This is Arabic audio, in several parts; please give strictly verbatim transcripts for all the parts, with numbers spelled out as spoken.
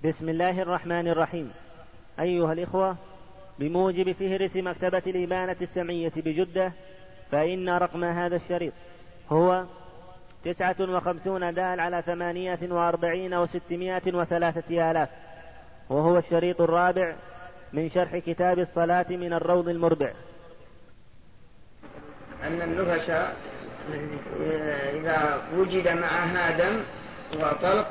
بسم الله الرحمن الرحيم. أيها الإخوة، بموجب فهرس مكتبة الإبانة السمعية بجدة، فإن رقم هذا الشريط هو تسعة وخمسون دال على ثمانية وأربعين وستمائة وثلاثة آلاف، وهو الشريط الرابع من شرح كتاب الصلاة من الروض المربع. أن النفس إذا وجد معها دم وطلق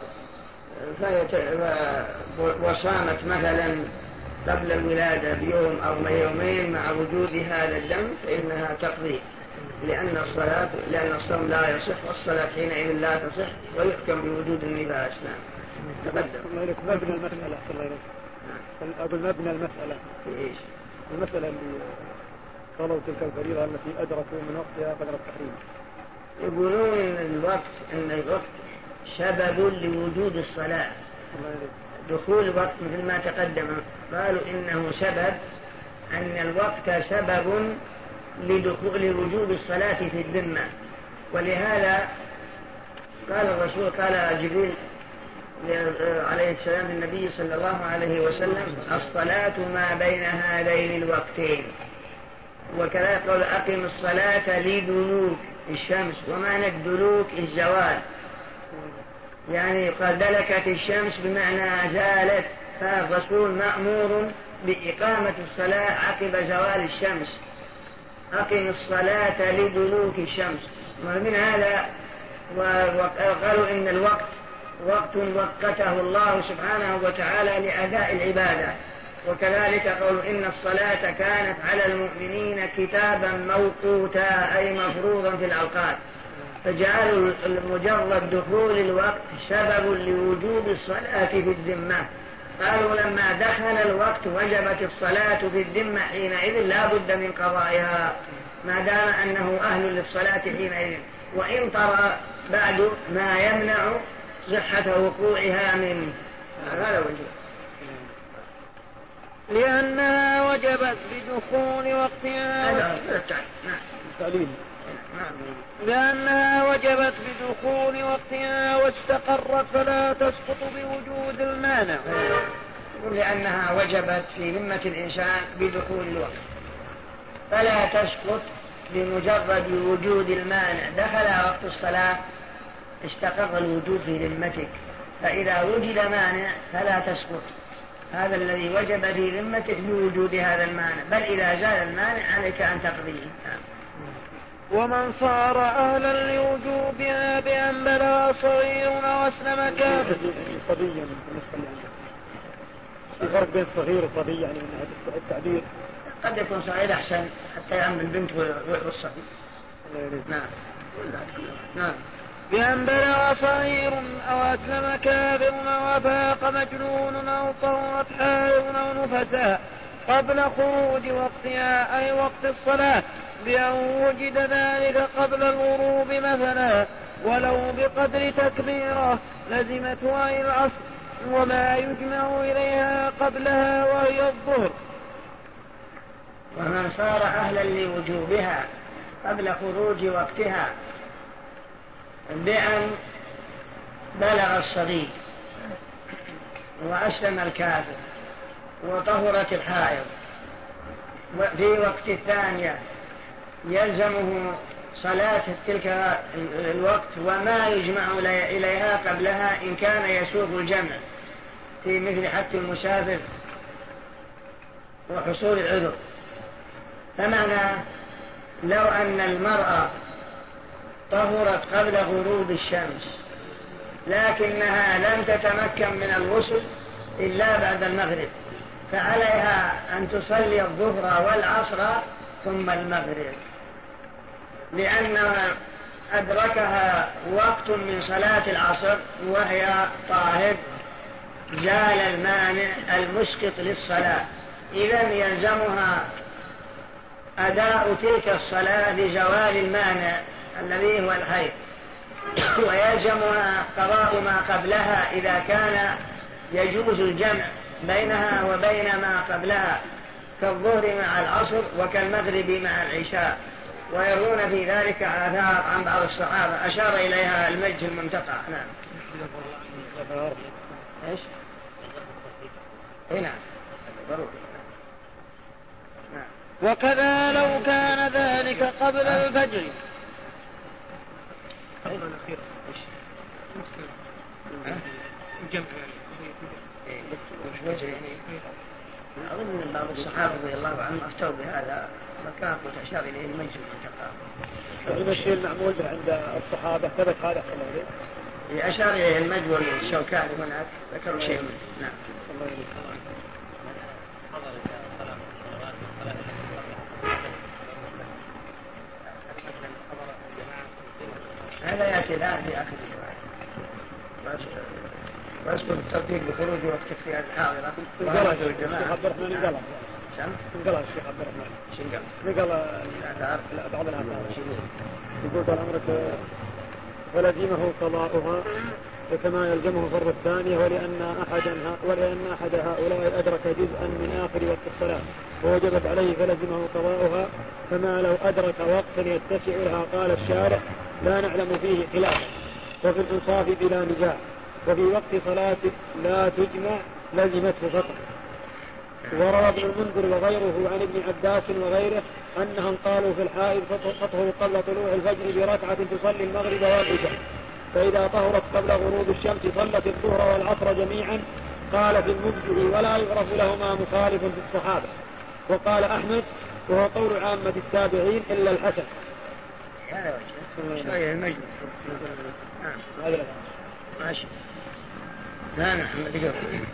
وصامت مثلا قبل الولادة بيوم أو يومين مع وجود هذا الدم فإنها تقضي، لأن الصلاة لأن الصوم لا يصح والصلاة حينئذ لا تصح ويحكم بوجود النفاس. نعم. تقدم. مبنى المسألة صلى الله عليه وسلم. أقول مبنى المسألة. إيش؟ المسألة اللي قالوا تلك الفريضة التي أدركوا من وقتها قدر التحريم. يقولون إن الوقت إن الوقت سبب لوجود الصلاة. دخول الوقت مثل ما تقدم قالوا إنه سبب أن الوقت سبب لدخول لوجود الصلاة في الذمة، ولهذا قال الرسول قال جبريل عليه السلام للنبي صلى الله عليه وسلم: الصلاة ما بين هذين الوقتين. وكذلك قال: أقم الصلاة لدلوك الشمس، ومعنى الدلوك الزوال، يعني قال دلكت الشمس بمعنى زالت، فالرسول مأمور بإقامة الصلاة عقب زوال الشمس. أقم الصلاة لدلوك الشمس. ومن هذا وقالوا إن الوقت وقت وقته الله سبحانه وتعالى لأداء العبادة، وكذلك قالوا إن الصلاة كانت على المؤمنين كتابا موقوتا أي مفروضا في الأوقات، فجعلوا مجرد دخول الوقت سبب لوجوب الصلاة في الذمة. قالوا لما دخل الوقت وجبت الصلاة في الذمة حينئذ لا بد من قضائها ما دام أنه أهل للصلاة حينئذ، وإن ترى بعد ما يمنع صحة وقوعها منه. هذا وجه. لأنها وجبت بدخول وقتها لأنها وجبت بدخول وقتها واستقرت فلا تسقط بوجود المانع. لأنها وجبت في ذمة الإنسان بدخول الوقت فلا تسقط بمجرد وجود المانع. دخل وقت الصلاة استقر الوجود في ذمتك، فإذا وجد مانع فلا تسقط. هذا الذي وجب في ذمتك بوجود هذا المانع، بل إذا زال المانع عليك أن تقضيه. ومن صار أهلا لوجوبها بأن بلغ صغير وأسلم كافر. صبيا في فرق بين صغير وصبي، يعني من هذا التعبير قد يكون صغير أحسن حتى يعمل البنت والصبي. نعم. نعم. بأن بلغ صغير أو أسلم كافر أو أفاق مجنون أو طهرت حائض أو نفساء قبل خروج وقتها أي وقت الصلاة، بأن وجد ذلك قبل الغروب مثلا ولو بقدر تكبيره لزمته أي العصر وما يجمع إليها قبلها وهي الظهر. ومن صار أهلا لوجوبها قبل خروج وقتها بأن بلغ الصغير وأسلم الكافر وطهرت الحائض في وقت الثانية يلزمه صلاة تلك الوقت وما يجمع إليها قبلها إن كان يسوق الجمع في مثل حق المسافر وحصول العذر. فمعنى لو أن المرأة طهرت قبل غروب الشمس لكنها لم تتمكن من الغسل إلا بعد المغرب، فعليها أن تصلي الظهر والعصر ثم المغرب، لأنها أدركها وقت من صلاة العصر وهي طاهر زال المانع المسقط للصلاة، إذن يلزمها أداء تلك الصلاة لزوال المانع الذي هو الحيض، ويلزمها قضاء ما قبلها إذا كان يجوز الجمع بينها وبين ما قبلها كالظهر مع العصر وكالمغرب مع العشاء. ويرون في ذلك آثار عن بعض الصحابة أشار إليها المجد المنتقى. نعم. إيش؟ هنا ضروري. وكذا لو كان ذلك قبل الفجر. الأخير الجمع أظن من بعض الصحابة رضي الله عنهم أفتوا بهذا مكان وتشار إليه المجد والتقام. هذا الشيء المعمول به عند الصحابة ثبت هذا خلاه أشار إليه المجد والشوكاني هناك ذكروا شيء منه. نعم. هذا يأتي الآن في آخر الرواية ويذكر الترتيب بخروج وقت اختيار الحاضرة وهذا الجماعة. الشيخ عبد الرحمن انقلع. شم؟ انقلع الشيخ عبد الرحمن. شنقل؟ انقلع بعض الآثار. يقول طال عمرك ولزمه قضاؤها وكما يلزمه فرض الثانية ولأن أحدا ولأن أحد هؤلاء أدرك جزءا من آخر وقت الصلاة ووجبت عليه فلزمه قضاؤها فما لو أدرك وقتا يتسع لها. قال الشارع لا نعلم فيه خلاف وفي الإنصاف بلا نزاع وفي وقت صلاة لا تجمع لزمته فقط. وروى ابن المنذر وغيره عن ابن عباس وغيره أنهم قالوا في الحائض تطهر قبل طلوع الفجر بركعة تصلي المغرب والعشاء فإذا طهرت قبل غروب الشمس صلت الظهر والعصر جميعا. قال في المبدع ولا يعرف لهما مخالف في الصحابة. وقال أحمد وهو قول عامة التابعين إلا الحسن. هذا وجه شوية المجد. هذا ماشي. لا نعم.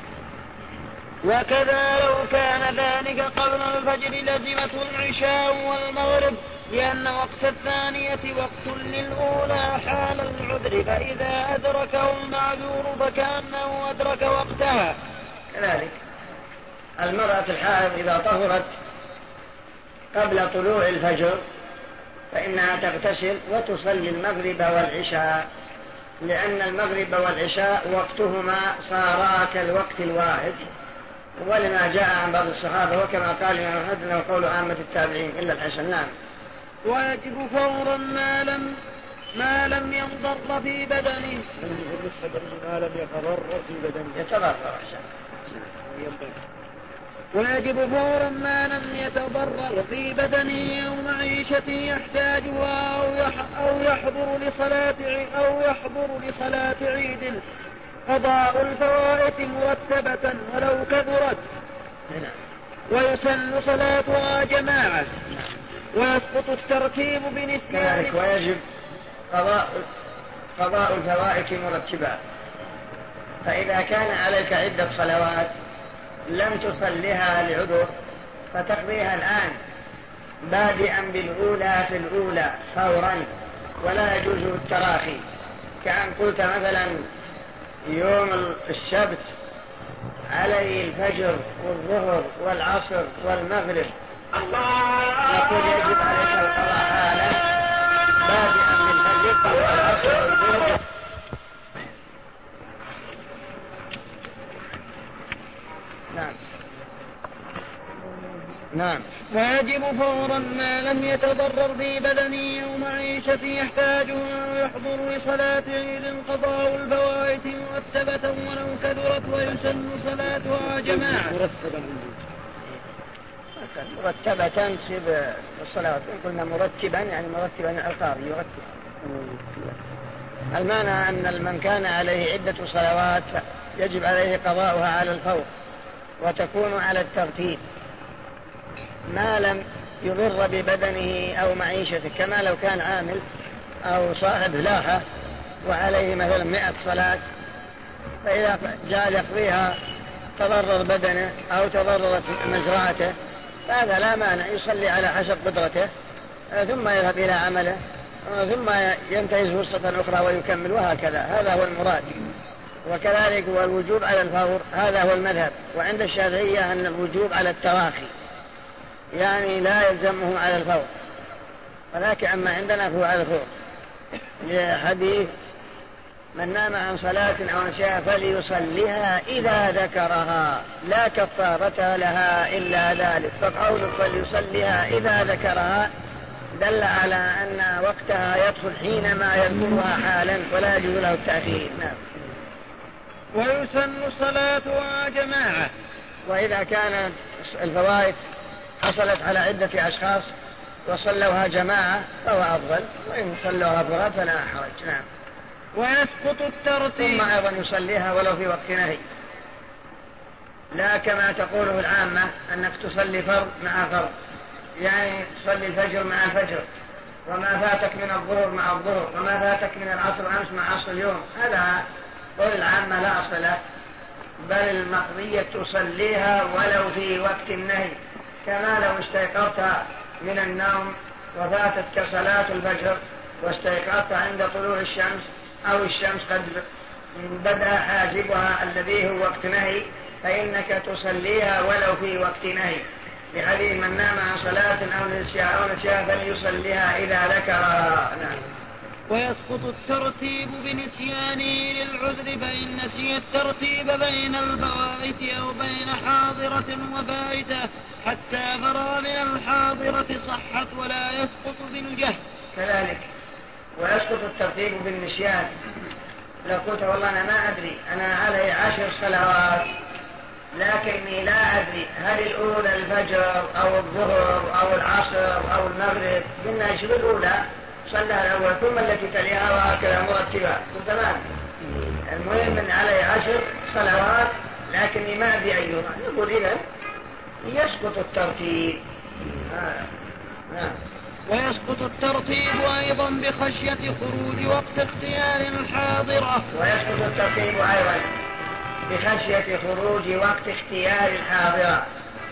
وكذا لو كان ذلك قبل الفجر لزمته العشاء والمغرب لأن وقت الثانية وقت للأولى حال العذر فإذا أدركه المعذور فكأنه أدرك وقتها. كذلك المرأة الحائض إذا طهرت قبل طلوع الفجر فإنها تغتسل وتصلي المغرب والعشاء لأن المغرب والعشاء وقتهما صارا كالوقت الواحد ولما جاء عن بعض الصحابة وكما قال الإمام أحمد أنه قول عامة التابعين إلا الحسن. نعم. ويجب فورا ما لم ما لم ينضر في بدنه. ما لم يتضرر في بدنه. يتضرر. ويجب فورا ما لم يتضرر في بدنه أو معيشته يحتاجها أو يحضر لصلاة أو يحضر لصلاة عيد قضاء الفوائت مرتبة ولو كثرت ويسن صلاتها جماعة ويسقط الترتيب بنسيان. كذلك ويجب قضاء قضاء الفوائت مرتبة فإذا كان عليك عدة صلوات لم تصلها لعذر فتقضيها الآن بادئا بالأولى في الأولى فورا ولا يجوز التراخي كأن قلت مثلا يوم السبت علي الفجر والظهر والعصر والمغرب نقول يجب عليك القضاء حالا بادئا بالفجر والعصر والظهر. نعم. نعم. ويجب فورا ما لم يتضرر في بدنه أو معيشته يحتاجها ويحضر لصلاة عيد قضاء الفوائت مرتبة ولو كثرت ويسن صلاتها جماعة. مرتبة تصيب الصلاة قلنا مرتبا يعني مرتبا القاضي يرتب. المعنى أن من كان عليه عدة صلوات يجب عليه قضاؤها على الفور وتكون على الترتيب ما لم يضر ببدنه أو معيشته كما لو كان عامل أو صاحب لاحة وعليه مثلا مئة صلاة فإذا جاء يقضيها تضرر بدنه أو تضررت مزرعته فهذا لا مانع يصلي على حسب قدرته ثم يذهب إلى عمله ثم ينتهز فرصة أخرى ويكمل وهكذا. هذا هو المراد. وكذلك هو الوجوب على الفور هذا هو المذهب. وعند الشافعية أن الوجوب على التراخي يعني لا يلزمه على الفور ولكن أما عندنا فهو على الفور لحديث من نام عن صلاة أو نسيها فليصليها إذا ذكرها لا كفارة لها إلا ذلك. فقول فليصليها إذا ذكرها دل على أن وقتها يدخل حينما يذكرها حالا ولا يجوز له التأخير. نعم. ويسن صلاتها جماعة وإذا كانت الفوائد حصلت على عدة أشخاص وصلوها جماعة فهو أفضل، وإن صلوها فراد فلا حرج. نعم. ويسقط الترتيب. ثم أيضا يصليها ولو في وقت نهي، لا كما تقوله العامة أنك تصلي فرض مع فرض، يعني تصلي الفجر مع الفجر، وما فاتك من الظهر مع الظهر، وما فاتك من العصر أمس مع عصر اليوم. هذا قول العامة لا أصل له، بل المقضية تصليها ولو في وقت النهي، كما لو استيقظت من النوم وفاتتك صلاة الفجر واستيقظت عند طلوع الشمس أو الشمس قد بدأ حاجبها الذي هو وقت نهي، فإنك تصليها ولو في وقت نهي، لحديث من نام عن صلاة أو نسيها فليصليها إذا ذكرها. نعم. ويسقط الترتيب بنسيانه للعذر، فإن نسي الترتيب بين الفوائت أو بين حاضرة وفائتة حتى فرى من الحاضرة صحت ولا يسقط بالجهل. كذلك ويسقط الترتيب بالنسيان. لو قلت والله أنا ما أدري أنا علي عشر صلوات لكني لا أدري هل الأولى الفجر أو الظهر أو العصر أو المغرب، قلنا ايش الأولى صلى الأول ثم التي تليها وهكذا مرتبة، تمام. المهم أن علي عشر صلوات لكني ما أدري أيها، نقول إذن يسقط الترتيب. آه. نعم. ويسقط الترتيب أيضا بخشية خروج وقت اختيار الحاضرة. ويسقط الترتيب أيضا بخشية خروج وقت اختيار الحاضرة.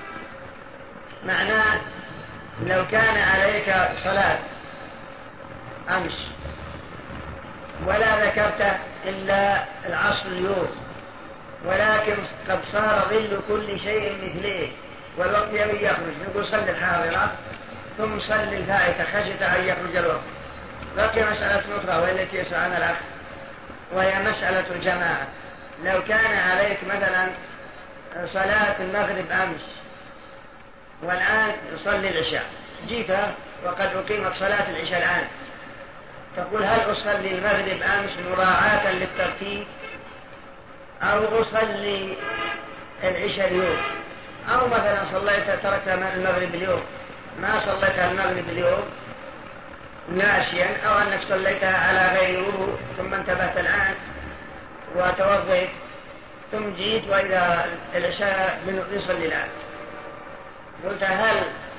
معناه لو كان عليك صلاة أمس ولا ذكرت إلا العصر اليوم، ولكن قد صار ظل كل شيء مثله والوقت يبي يخرج، نقول صل الحاضرة ثم صل الفائتة خشية أن يخرج الوقت. بقي مسألة أخرى وهي التي يسأل عنها الأخ، وهي مسألة الجماعة. لو كان عليك مثلا صلاة المغرب أمس والآن يصلي العشاء، جيت وقد أقيمت صلاة العشاء الآن، تقول هل أصلي المغرب أمس مراعاة للترتيب أو أصلي العشاء اليوم، أو مثلا صليت تركت المغرب اليوم ما صليتها المغرب اليوم ناشيا، أو أنك صليتها على غير وضوء ثم انتبهت الآن وتوضيت ثم جيت وإذا العشاء يصلي الآن، قلت هل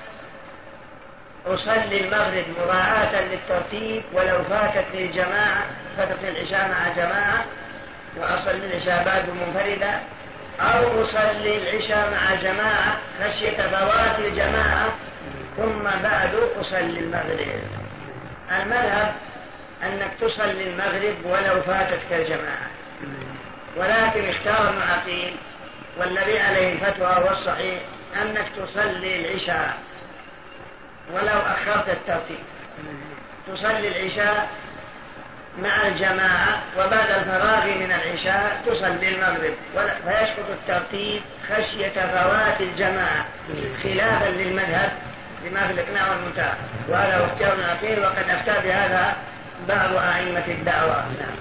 أصلي المغرب مراعاة للترتيب ولو فاتت للجماعة، فاتت العشاء مع جماعة وأصلي العشاء بعد منفردة، أو أصلي العشاء مع جماعة خشية فوات الجماعة ثم بعد أصلي المغرب؟ المذهب أنك تصلي المغرب ولو فاتتك الجماعة، ولكن اختار ابن عقيل والذي عليه الفتوى والصحيح أنك تصلي العشاء ولو أخرت الترتيب، تصلي العشاء مع الجماعة وبعد الفراغ من العشاء تصلي المغرب، فيسقط الترتيب خشية فوات الجماعة خلافا للمذهب بما في الإقناع والمنتهى، وهذا هو اختيار ابن عقيل وقد أفتى بهذا بعض أئمة الدعوة. نعم.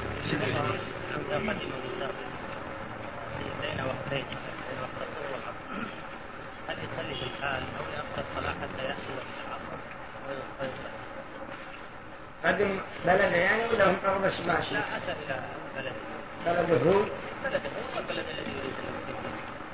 هل يصلي في الحال أو يأخر الصلاة حتى يحصل العصر ويصلي؟ قدم بلده يعني ولا هم قرب ماشي؟ لا، أتى إلى بلده. بلده هو؟ بلده هو والبلد الذي يريد المسلمين.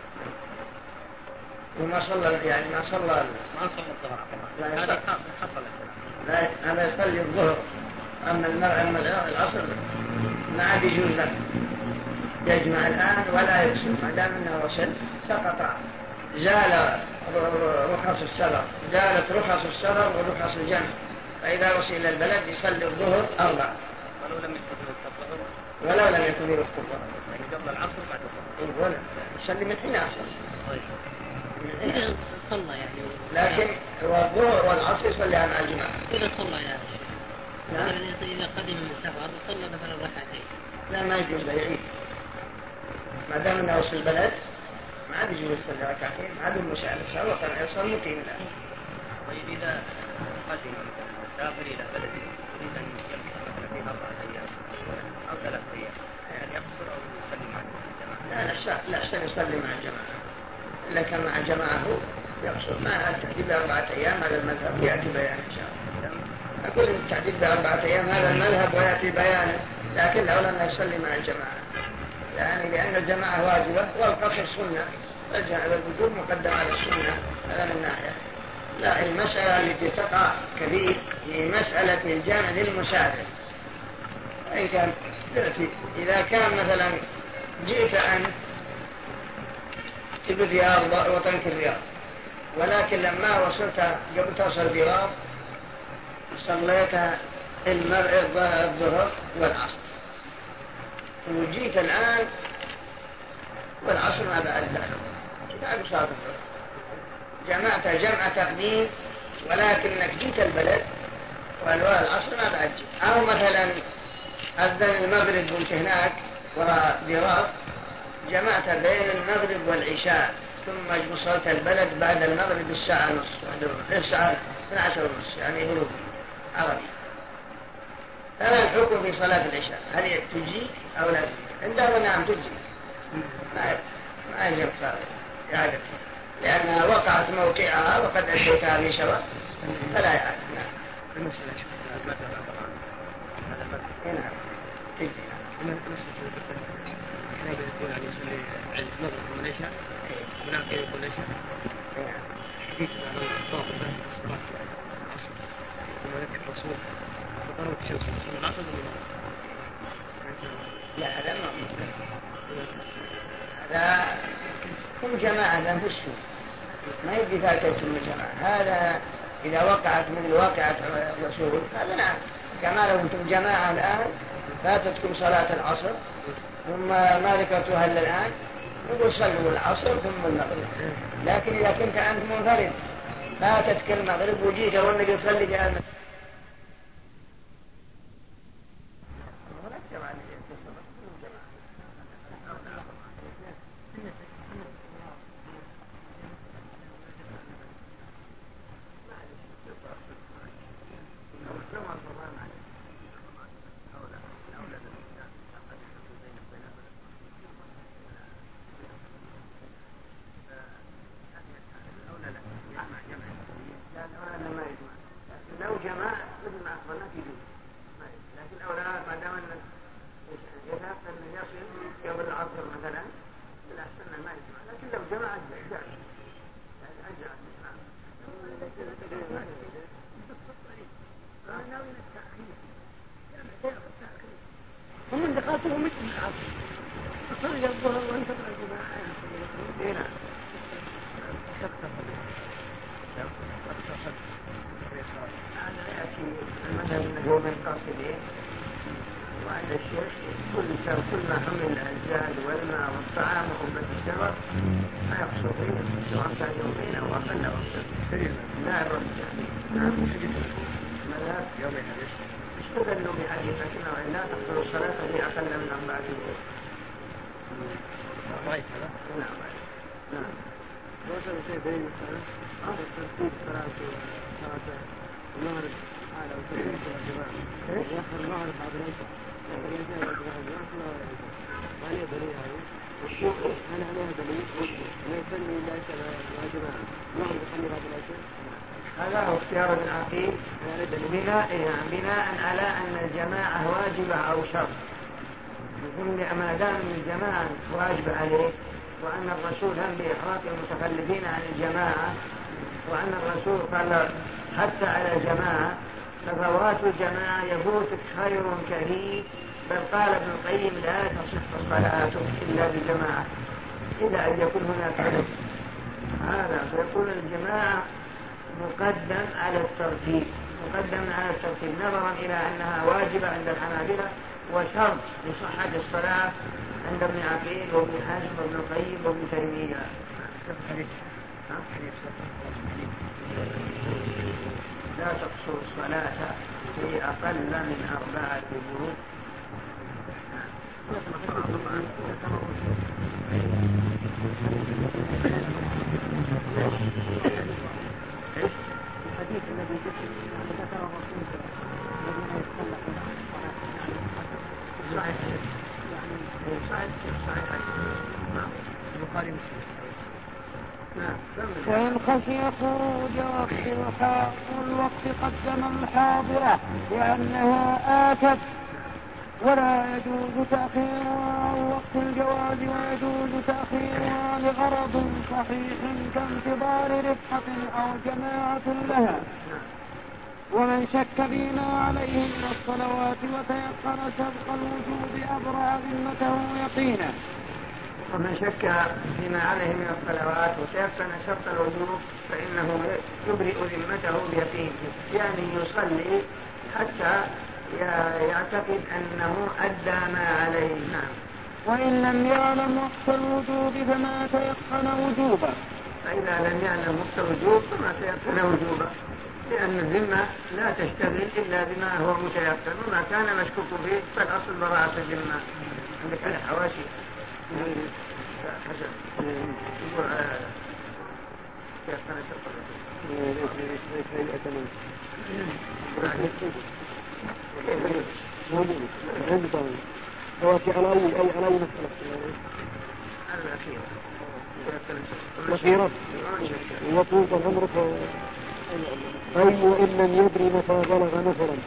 وما صلى يعني ما صلى ما صلى الظهر. لا هذه حصلت. لا أنا يصلي الظهر، أما المرء أما العصر ما عاد يجوز له يجمع الآن ولا يقصر، ما دام أنه وصل سقط، زال رخص السفر، زالت رخص السفر ورخص الجمع، فإذا وصل إلى البلد يصلي الظهر أربع ولو لم يكن وقت الظهر، ولو لم يكن وقت الظهر، يعني قبل العصر بعد الظهر. إيه ولا يصلي من حين عصر. طيب. إذا صلى يعني. لكن هو الظهر والعصر يصليها مع الجماعة. إذا صلى يعني. نعم. إذا قدم من السفر وصلى مثلا ركعتين. لا ما يجوز له يعيد، ما دام أنه وصل البلد ما عاد يجوز يصلي ركعتين، ما عاد المسافر سواء كان يصلي مقيم الآن. طيب إذا قدم المسافر إلى بلد يريد أن يصلي فيه أربعة أيام أو ثلاث أيام، يعني يقصر أو يصلي مع الجماعة؟ لا لا لا يصلي مع الجماعة. لك مع جماعه يقصر. ما التحديد بأربعة أيام هذا المذهب يأتي بيان إن شاء الله. أقول التحديد بأربعة أيام هذا المذهب ويأتي بيانه، لكن لو لم يصلي مع الجماعة يعني لأن الجماعة واجبة والقصر سنة، الوجوب مقدم على السنة. هذا من ناحية. لا، المسألة التي تقع كثير هي مسألة الجامع للمسافر. إن كان إذا كان مثلا جئت أن تبي الرياض وطنك الرياض، ولكن لما وصلت قبل توصل الرياض صليت المغرب الظهر والعصر، وجيت الآن والعصر ما بعد ذلك بعد صلاة الظهر جمعت جمع تقديم، ولكنك جيت البلد والعصر ما بعد جيت. أو مثلا أذن المغرب وانت هناك ورياض جمعت بين المغرب والعشاء ثم وصلت البلد بعد المغرب الساعة نصف الساعة اثنتي عشرة ونصف يعني غروب عربي. هذا الحكم في صلاة العشاء، هل تجي أو لا تجي؟ عندما نعم تجي، ما ما يجب إعادة لأنها وقعت موقعها وقد أديتها في سواء فلا يعاد. نعم. المسألة المذهب هذا المذهب نعم تجي. كان يقول عليه يصلي المغرب والعشاء هناك يقول العشاء حديث عن الطاقة في الصلاة العصر ثم ذكر الرسول فقرأت الشمس صلى العصر لا هذا ما هذا هم جماعة لنفسه ما يبدي فاتت ثم جماعة. هذا إذا وقعت من واقعة الرسول هذا نعم. كما لو أنتم جماعة الآن فاتتكم صلاة العصر ثم ما ذكرتها إلا الآن نقول صلوا العصر ثم المغرب. لكن إذا كنت أنت منفرد فاتتك المغرب وجيت والنبي يصلي بهذا هذا هو اختيار ابن عقيل بناء على أن الجماعة واجبة أو شرط. ما دام الجماعة واجبة عليه وأن الرسول هم بإحراق المتخلفين عن الجماعة وأن الرسول قال حتى على الجماعة ففوات الجماعة يفوتك خير كثير. بل قال ابن القيم لا تصح الصلاة إلا بالجماعة إلا أن يكون هناك عدد. هذا فيكون الجماعة مقدم على الترتيب مقدم على الترتيب نظرا إلى أنها واجبة عند الحنابلة وشرط لصحة الصلاة عند ابن عقيل وابن حزم وابن القيم وابن تيمية. لا تقصر الصلاة في أقل من أربعة بروق. الحديث الذي ذكره الرسول الذين يتخلقون صحيح صحيح صحيح البخاري مسلم فإن خشي خروج وقت الوقت قدم الحاضرة لأنها آتت، ولا يجوز تأخيرها عن وقت الجواز، ويجوز تأخيرها لغرض صحيح كانتظار رفقة أو جماعة لها. ومن شك فيما عليه من الصلوات وتيقن سبق الوجوب أبرأ ذمته يقينا. ومن شك فيما عليه من الصلوات وتيقن شرط الوجوب فإنه يبرئ ذمته بيقين، يعني يصلي حتى يعتقد أنه أدى ما عليه. نعم. وإن لم يعلم وقت الوجوب فما تيقن وجوبه. فإذا لم يعلم وقت الوجوب فما تيقن وجوبه، لأن الذمة لا تشتغل إلا بما هو متيقن، وما كان مشكوك فيه فالأصل براءة الذمة. عندك على حواشي حسن يقول تيقن شرط هو في على أي أي على أي مسألة الأخيرة الأخيرة وطول العمر أي وإن لم يدري متى بلغ مثلا.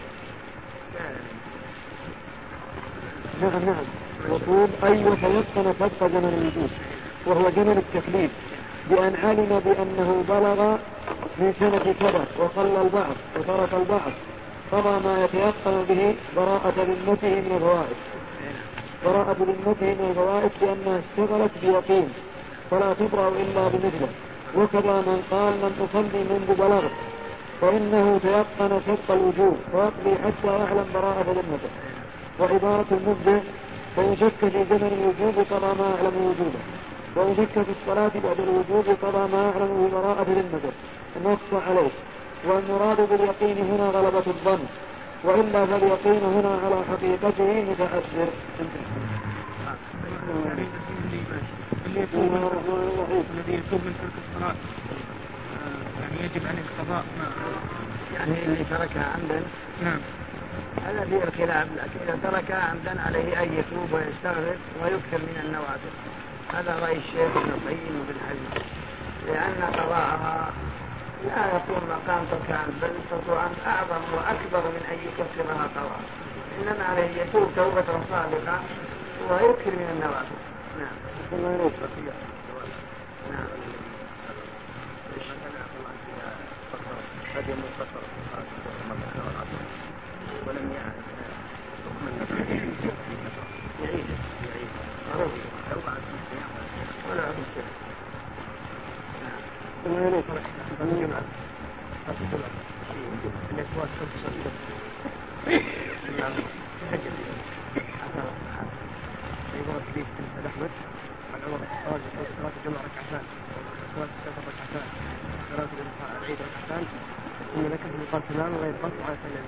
نعم نعم وطول أي وتيقن سبق زمن الوجود وهو زمن التكليف، بأن علم بأنه بلغ من سنة كذا وصلى البعض وترك البعض، قضى ما يتيقن به براءة ذمته من الفوائد، براءة ذمته من الفوائد بأنها اشتغلت بيقين فلا تبرأ إلا بمثله. وكذا من قال لم أصلي منذ بلغت فإنه تيقن سبق الوجوب ويقضي حتى يعلم براءة ذمته. وعبارة المبدع فإن شك في زمن الوجوب قضى ما يعلم وجوبه، وإن شك في الصلاة بعد الوجوب قضى ما يعلم براءة ذمته نص عليه. والمراد باليقين هنا غلبة الظن، وإلا فاليقين هنا على حقيقته متأثر. الذي يتوب من ترك الصلاة يعني يجب عليه القضاء. يعني اللي تركها عمدا نعم هذا فيه الخلاف، لكن إذا تركها عمدا عليه أن يتوب ويستغفر ويكثر من النوافل. هذا رأي الشيخ ابن القيم وابن حزم، لأن قضاءها لا يكون مقام تركها بل تطوعا أعظم وأكبر من أن يكفرها قضاء، إنما عليه يتوب توبة صادقة ويكثر من النوافل. نعم. نعم. ولم يعد يعيد يعيد ولا مشكلة. عن عمر الخطاب صلاة الجمعة ركعتان، صلاة السفر ركعتان، صلاة العيد ركعتان، ثم ذكر من قال سلام وغير قصر على سلامين.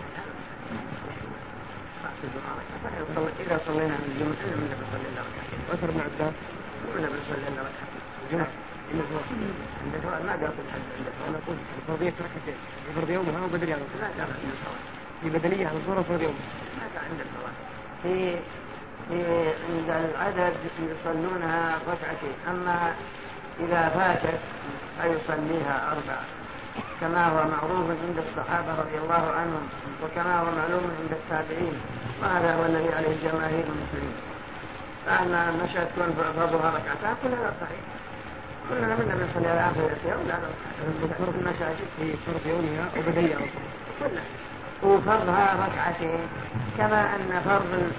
إذا صلينا من الجمعة لم نصلي إلا ركعتين. وأثر ابن عباس لم نصلي إلا ركعتين. الجمعة عند سؤال ما قاصد حد عنده. أنا أقول الفرضية ركعتين، الفرض يومها وبدري على لا كان عند الصلاة. في بدنية على الظهر وفرض يومها. ما كان عند الصلاة. في في عند العدد يصلونها ركعتين، أما إذا فاتت فيصليها أربعة كما هو معروف عند الصحابة رضي الله عنهم، وكما هو معلوم عند التابعين، وهذا هو الذي عليه جماهير المسلمين. فأما المشهد تكون فرضها ركعتان كلها صحيح، كلنا منا بنصلي على آخر اليوم لا فرض المشاهد هي فرض يومها وبدنية كلها، وفرضها ركعتين كما أن فرض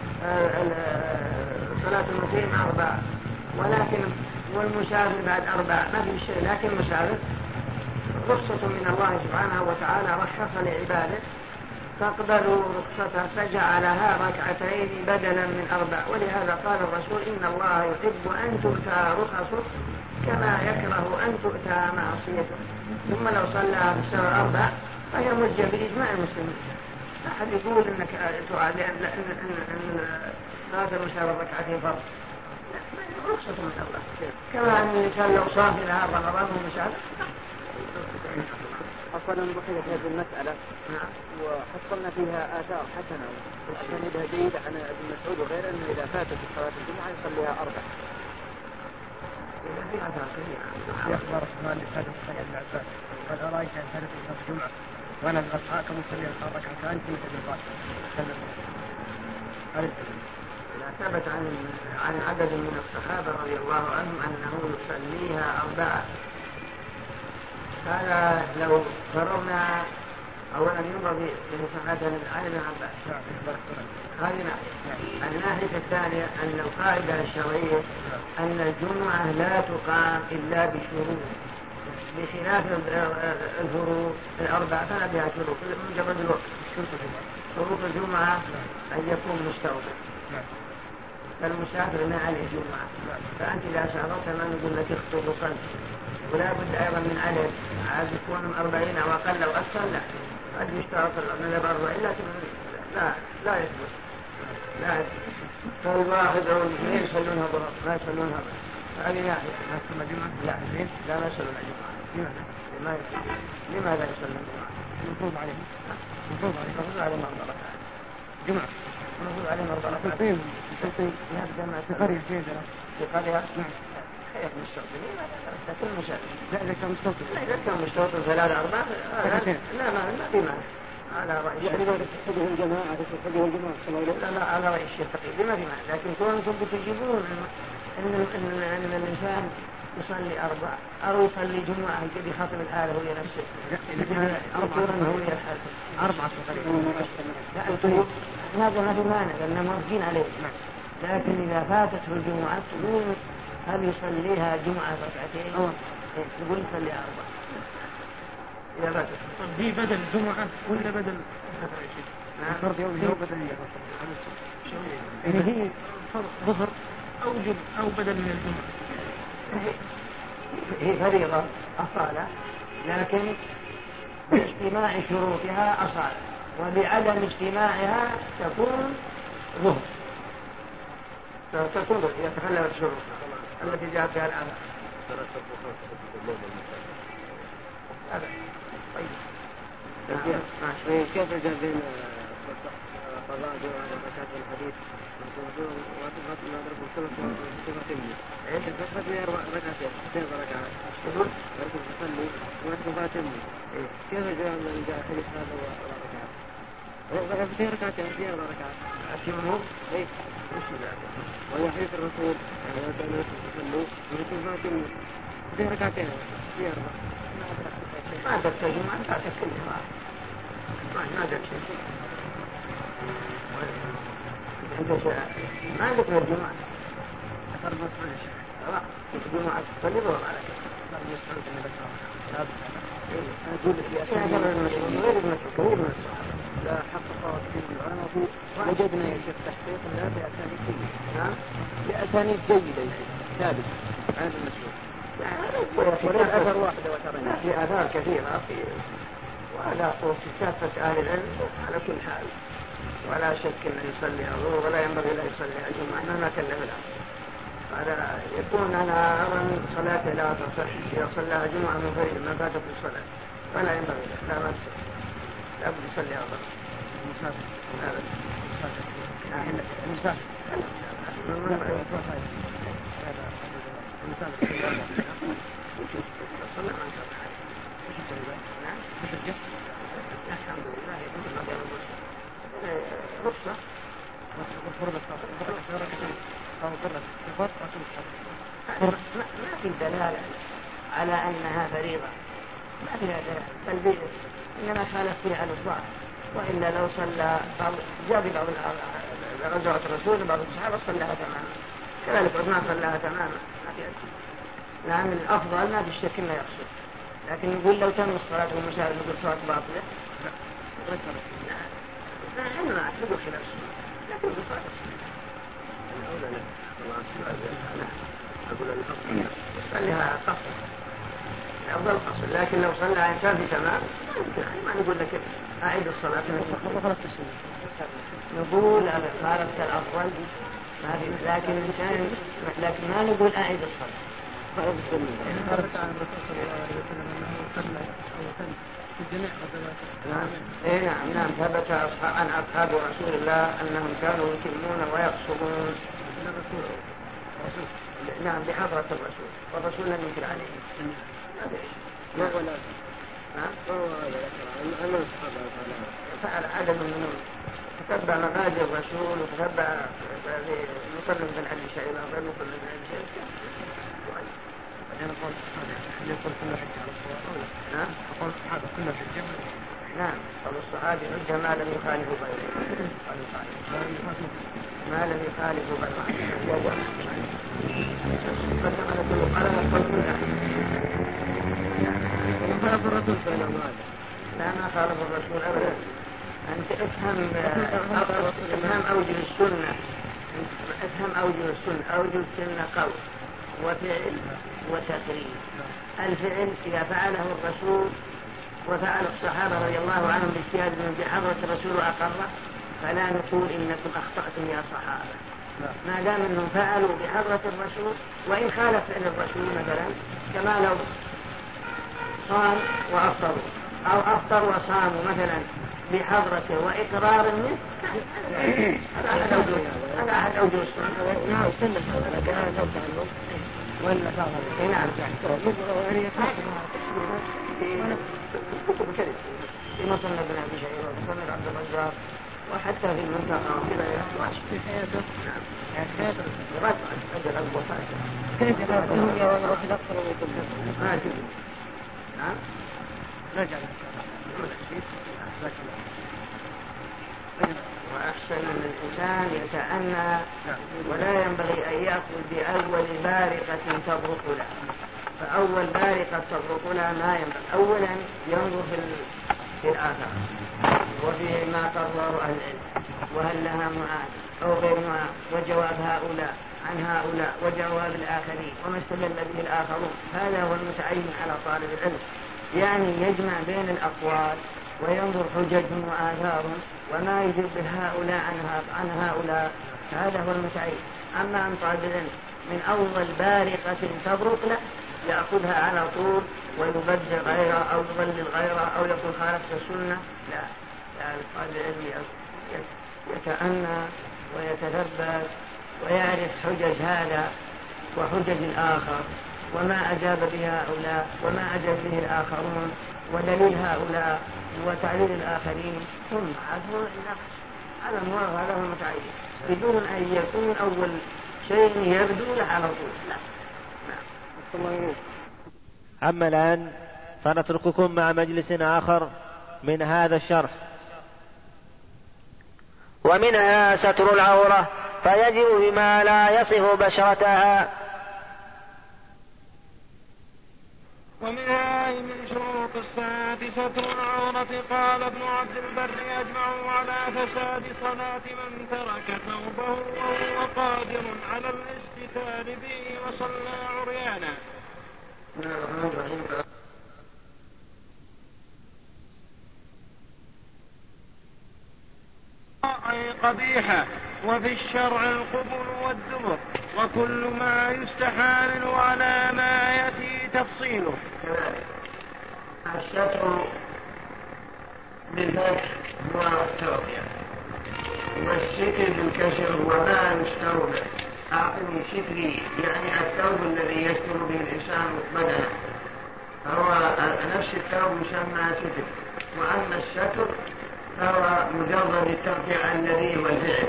صلاة المقيم أربعة، ولكن والمسافر بعد أربعة ما في شيء، لكن المسافر رخصة من الله سبحانه وتعالى رخص لعباده فاقبلوا رخصته فجعلها ركعتين بدلا من أربع. ولهذا قال الرسول إن الله يحب أن تؤتى رخصه كما يكره أن تؤتى معصيته. ثم لو صلى بسبع أربع فهي مجة بإجماع المسلمين. أحد يقول إنك تعالى أن صلاة المسافر ركعتين فرض، رخصة من الله، كما أن الإنسان لو صافي لها رمضان ومسافر. أصلا نبحث في هذه المسألة وحصلنا فيها آثار حسنة وأسانيدها جيدة عن ابن مسعود وغيره أنه إذا فاتت صلاة الجمعة يصليها أربع، في أثار كثيرة. يخبر مالك هذا الصحيح ابن عباس قال أرأيت أن تلك الجمعة وأنا الأصحاب كمصلي الصلاة ركعتان في تجربات. إذا ثبت عن عن عدد من الصحابة رضي الله عنهم أنه يصليها أربعة، هذا لو فرضنا أولا ينبغي لمساعدة عن ابن عباس. هذه ناحية. الناحية الثانية أن القاعدة الشرعية أن الجمعة لا تقام إلا بشروط، بخلاف الفروض الأربعة فلا بها شروط مجرد الوقت. شروط الجمعة أن يكون مستوفى، فالمسافر ما عليه جمعة، فأنت إذا سافرت ما نقول لك اخطب وصل، ولا بد أيضا من عدد عاد يكون أربعين أو أقل أو أكثر، لا قد يشترط من الأربعين لكن لا لا يثبت، لا يثبت. فالواحد أو الاثنين يصلونها ضرب ما يصلونها ضرب، هذه ناحية. ما يصلون الجمعة؟ لا اثنين لا ما يصلون الجمعة. لماذا؟ لماذا يصلون الجمعة؟ مفروض عليهم. مفروض عليهم. مفروض عليهم أربع ركعات. جمعة. مفروض عليهم أربع ركعات. تقيم تقيم في قرية كذا. في قرية. نعم. خير مستوطنين لا كل مسافر. لا إذا كان مستوطن. لا إذا كان مستوطن ثلاثة أربعة لا ما ما في مانع. على رأي يعني ما تحبه الجماعة تحبه الجماعة لا لا على رأي الشيخ تقريبا ما في مانع، لكن كونكم بتجيبون إن إن إن الإنسان يصلي أربع أو يصلي جمعة كذي خاطب الحالة هو نفسه. أربعة هو الحالة. أربعة تقريبا. لا هذا ما في مانع لأننا موافقين عليه. لكن إذا فاتته الجمعة تقول هل يصليها جمعة ركعتين؟ تقول يصلي أربع. إذا فاتته. دي بدل جمعة ولا بدل؟ فرض يوم يوم بدل يوم. يعني هي ظهر أو جمعة أو بدل من الجمعة. هي فريضة أصالة، لكن باجتماع شروطها أصالة، وبعدم اجتماعها تكون ظهر. تكون ظهر إذا تخلفت شروطها التي جاء فيها الآن. هذا طيب. كيف جاء بين قضاء جمعة وزكاة الحديث؟ وتبغى نضرب الثلث وتبغى إيش تبغى أربع ركعات ثلاث ركعات تقول يركض يصلي وتبغى تمي كيف جاء من جاء حديث هذا وأربع ركعات وفي ركعتين في أربع ركعات أتمه إيه وش ذاك وهي حديث الرسول يعني كان يصلي وتبغى تمي في ركعتين في أربع ما تكتب ما تكتب ما ما تكتب ما ذكر الجمعة أربع ركعات لا الجمعة تصلي ظهر على كده غير المشهور لا حقق العلماء وجدنا يا شيخ تحقيق لا بأسانيد جيدة بأسانيد جيدة ثابت عن المشهور وليس أثر واحدة وترين في آثار كثيرة في وعلى في كافة أهل العلم على كل حال، ولا شك أن يصلي الظهر ولا ينبغي لا يصلي الجمعة مهما كلف الأمر. هذا يكون أنا أرى صلاته لا تصح إذا صلى جمعة منفردا ما فاتت الصلاة ولا ينبغي لا لا لا بد يصلي الظهر. المسافر هذا المسافر رخصة ما في دلالة على أنها فريضة، ما فيها دلالة بل إنما خالف فيها على الضعف، وإلا لو صلى جاء ببعض غزوات الرسول بعض الصحابة صلىها تماما، كذلك عثمان صلىها تماما ما فيها شيء. لأن الأفضل ما في الشك إنه يقصد، لكن نقول لو تم الصلاة والمسائل نقول صلاة باطلة لا لا لا نقول خلاف لكن الصلاة أقول الأفضل صليها قصر الأفضل قصر، لكن لو صلى إنسان في تمام ما نقول لك أعيد الصلاة نقول خالفت الأفضل ما في، لكن الإنسان لكن ما نقول أعيد الصلاة. ثبت عن الرسول صلى الله عليه وسلم أنه صلى أو صلى في جميع غزوات. نعم إيه نعم نعم ثبت عن أصحاب رسول الله أنهم كانوا يتمون ويقصرون. الرسول نعم بحضرة الرسول والرسول لم ينكر عليه. ما هو لا نعم هو هذا فعل عدد منهم تتبع مغازي الرسول وتتبع مصنف بن أبي شيبة غير مصنف بن أبي شيبة. بعدين قول الصحابة يقول كل حجة على الصواب. نعم قول الصحابة كل حجة. نعم قول الصحابة حجة ما لم يخالف غيره. ما لم يخالف غيره. فكما نقول قال نقول كل خالف الرسول صلى الله عليه وسلم. لا ما خالف الرسول أبدا. أنت افهم افهم أوجه السنة افهم أوجه السنة أوجه السنة قول وفعل وتقرير. الفعل إذا فعله الرسول وفعل الصحابة رضي الله عنهم باجتهاد من بحضرة الرسول وأقره فلا نقول إنكم أخطأتم يا صحابة ما دام أنهم فعلوا بحضرة الرسول. وإن خالف فعل الرسول مثلا كما لو صام وأفطروا أو أفطر وصاموا مثلا بحضرته وإقرار منه هذا أحد أوجه السنة. نعم سنة هذا لو تعلم ولا تعلم. نعم في مصنف بن أبي شيبة ومصنف عبد الرزاق وحتى في المنطقة وكذا يحتاج في حياته. نعم حياته رفع أجل أبو فاتح كيف يقول يا والله في الأكثر ويقول ما تجي. نعم رجع وأحسن من الإنسان يتأنى ولا ينبغي أن يأخذ بأول بارقة تبرق له. فأول بارقة تبرق له ما ينبغي. أولا ينظر في الآثار وفيما قرروا أهل العلم وهل لها معاد أو غير معاد وجواب هؤلاء عن هؤلاء وجواب الآخرين وما استدل به الآخرون. هذا هو المتعين على طالب العلم يعني يجمع بين الأقوال وينظر حججهم وآثارهم وما يجب هؤلاء عن هؤلاء. هذا هو المتعين. أما عن طالب العلم من أول بارقة تبرق له يأخذها على طول ويبدل غيره أو يضلل غيره أو يقول خالفت السنة. لا يعني طالب العلم يتأنى ويتثبت ويعرف حجج هذا وحجج الآخر وما أجاب به هؤلاء وما أجاب به الآخرون ودليل هؤلاء وتعليل الآخرين ثم عدوا النقص على المرض. هذا هو المتعين بدون أن يكون أول شيء يبدو له على طول. لا نعم. أما الآن فنترككم مع مجلس آخر من هذا الشرح. ومنها ستر العورة فيجب بما لا يصف بشرتها. ومنها من شروط الصلاة ستر العورة. قال ابن عبد البر يجمع على فساد صلاة من ترك ثوبه وهو قادر على الاستتار به وصلى عريانا. أي قبيحة. وفي الشرع القبل والدبر وكل ما يستحامل على ما يأتي تفصيله. الستر بالفتح هو التوبية والستر بالكسر هو ما يستر به. أعطني ستري يعني الثوب الذي يستر به الإنسان بدنه فهو نفس الثوب يسمى ستر. وأما الستر فهو مجرد الترفيع الذي هو الفعل.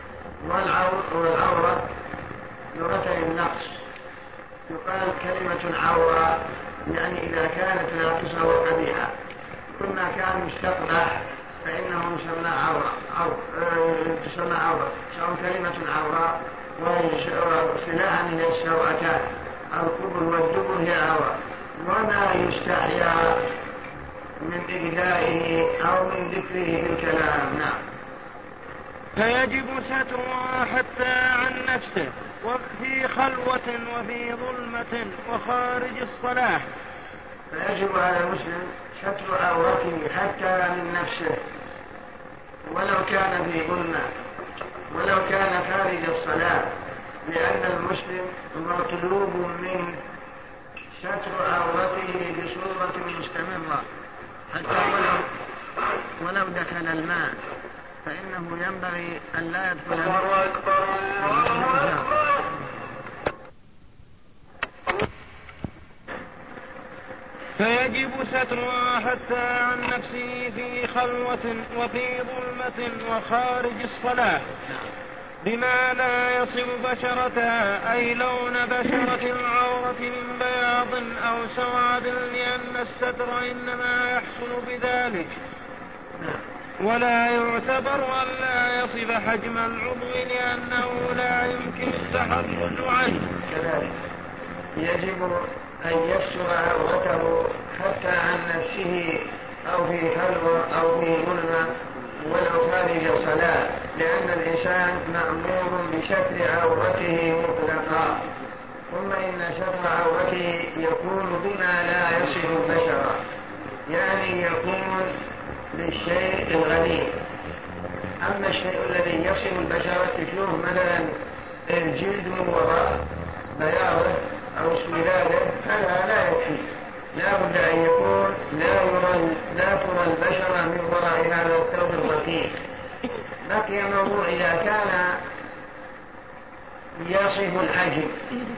والعورة لغة النقص يقال كلمة عورة يعني إذا كانت ناقصة وقبيحة. كل ما كان مستقبح فإنه يسمى عورة أو تسمى عورة سواء كلمة عورة وصلاها من السوءتان القبل والدبر هي عورة. وما يستحيا من إجلائه أو من ذكره في الكلام. نعم. فيجب سترها حتى عن نفسه وفي خلوة وفي ظلمة وخارج الصلاة. فيجب على المسلم ستر عورته حتى من نفسه ولو كان في ظلمة ولو كان خارج الصلاة لأن المسلم مطلوب منه ستر عورته بصورة مستمرة حتى ولو, ولو دخل الماء فإنه ينبغي أن لا يدخل الله أكبر الله أكبر. فيجب سترها حتى عن نفسه في خلوة وفي ظلمة وخارج الصلاة بما لا يصل بشرتها أي لون بشرة العورة من بياض أو سواد، لأن الستر إنما يحصل بذلك، ولا يعتبر أن لا يصف حجم العضو لأنه لا يمكن التحرج عنه. كذلك يجب أن يستر عورته حتى عن نفسه أو في خلوة أو في ظلمة ولو خارج الصلاة، لأن الإنسان مأمور بستر عورته مطلقا. ثم إن ستر عورته يكون بما لا يصف البشرة، يعني يكون بالشيء الغليظ. أما الشيء الذي يصف البشرة تشوف مثلا الجلد من وراء بياضه أو اسوداده، هذا لا يكفي، لا بد أن يكون لا يرى لا ترى البشرة من وراء هذا الثوب الرقيق. بقي موضوع إذا كان يصف الحجم،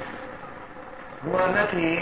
هو مكي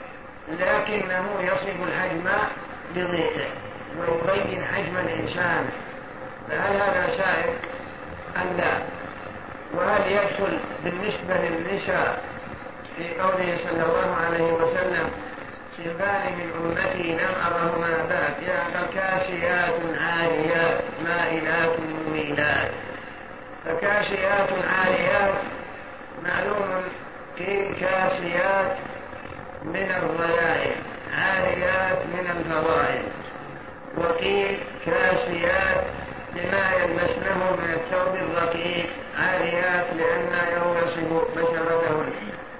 لكنه يصف الحجم بضيقه ويبين حجم الإنسان، فهل هذا سائر أم لا؟ وهل يدخل بالنسبة للنساء في قوله صلى الله عليه وسلم صنفان من أمتي لم أرهما بعد، يعني كاسيات عاريات مائلات مميلات. فكاسيات عاريات معلوم قيل كاسيات من الرذائل عاريات من الفضائل، وقيل كاسيات لما يلبسنه من الثوب الرقيق عاريات لأنه يصف بشرتهن.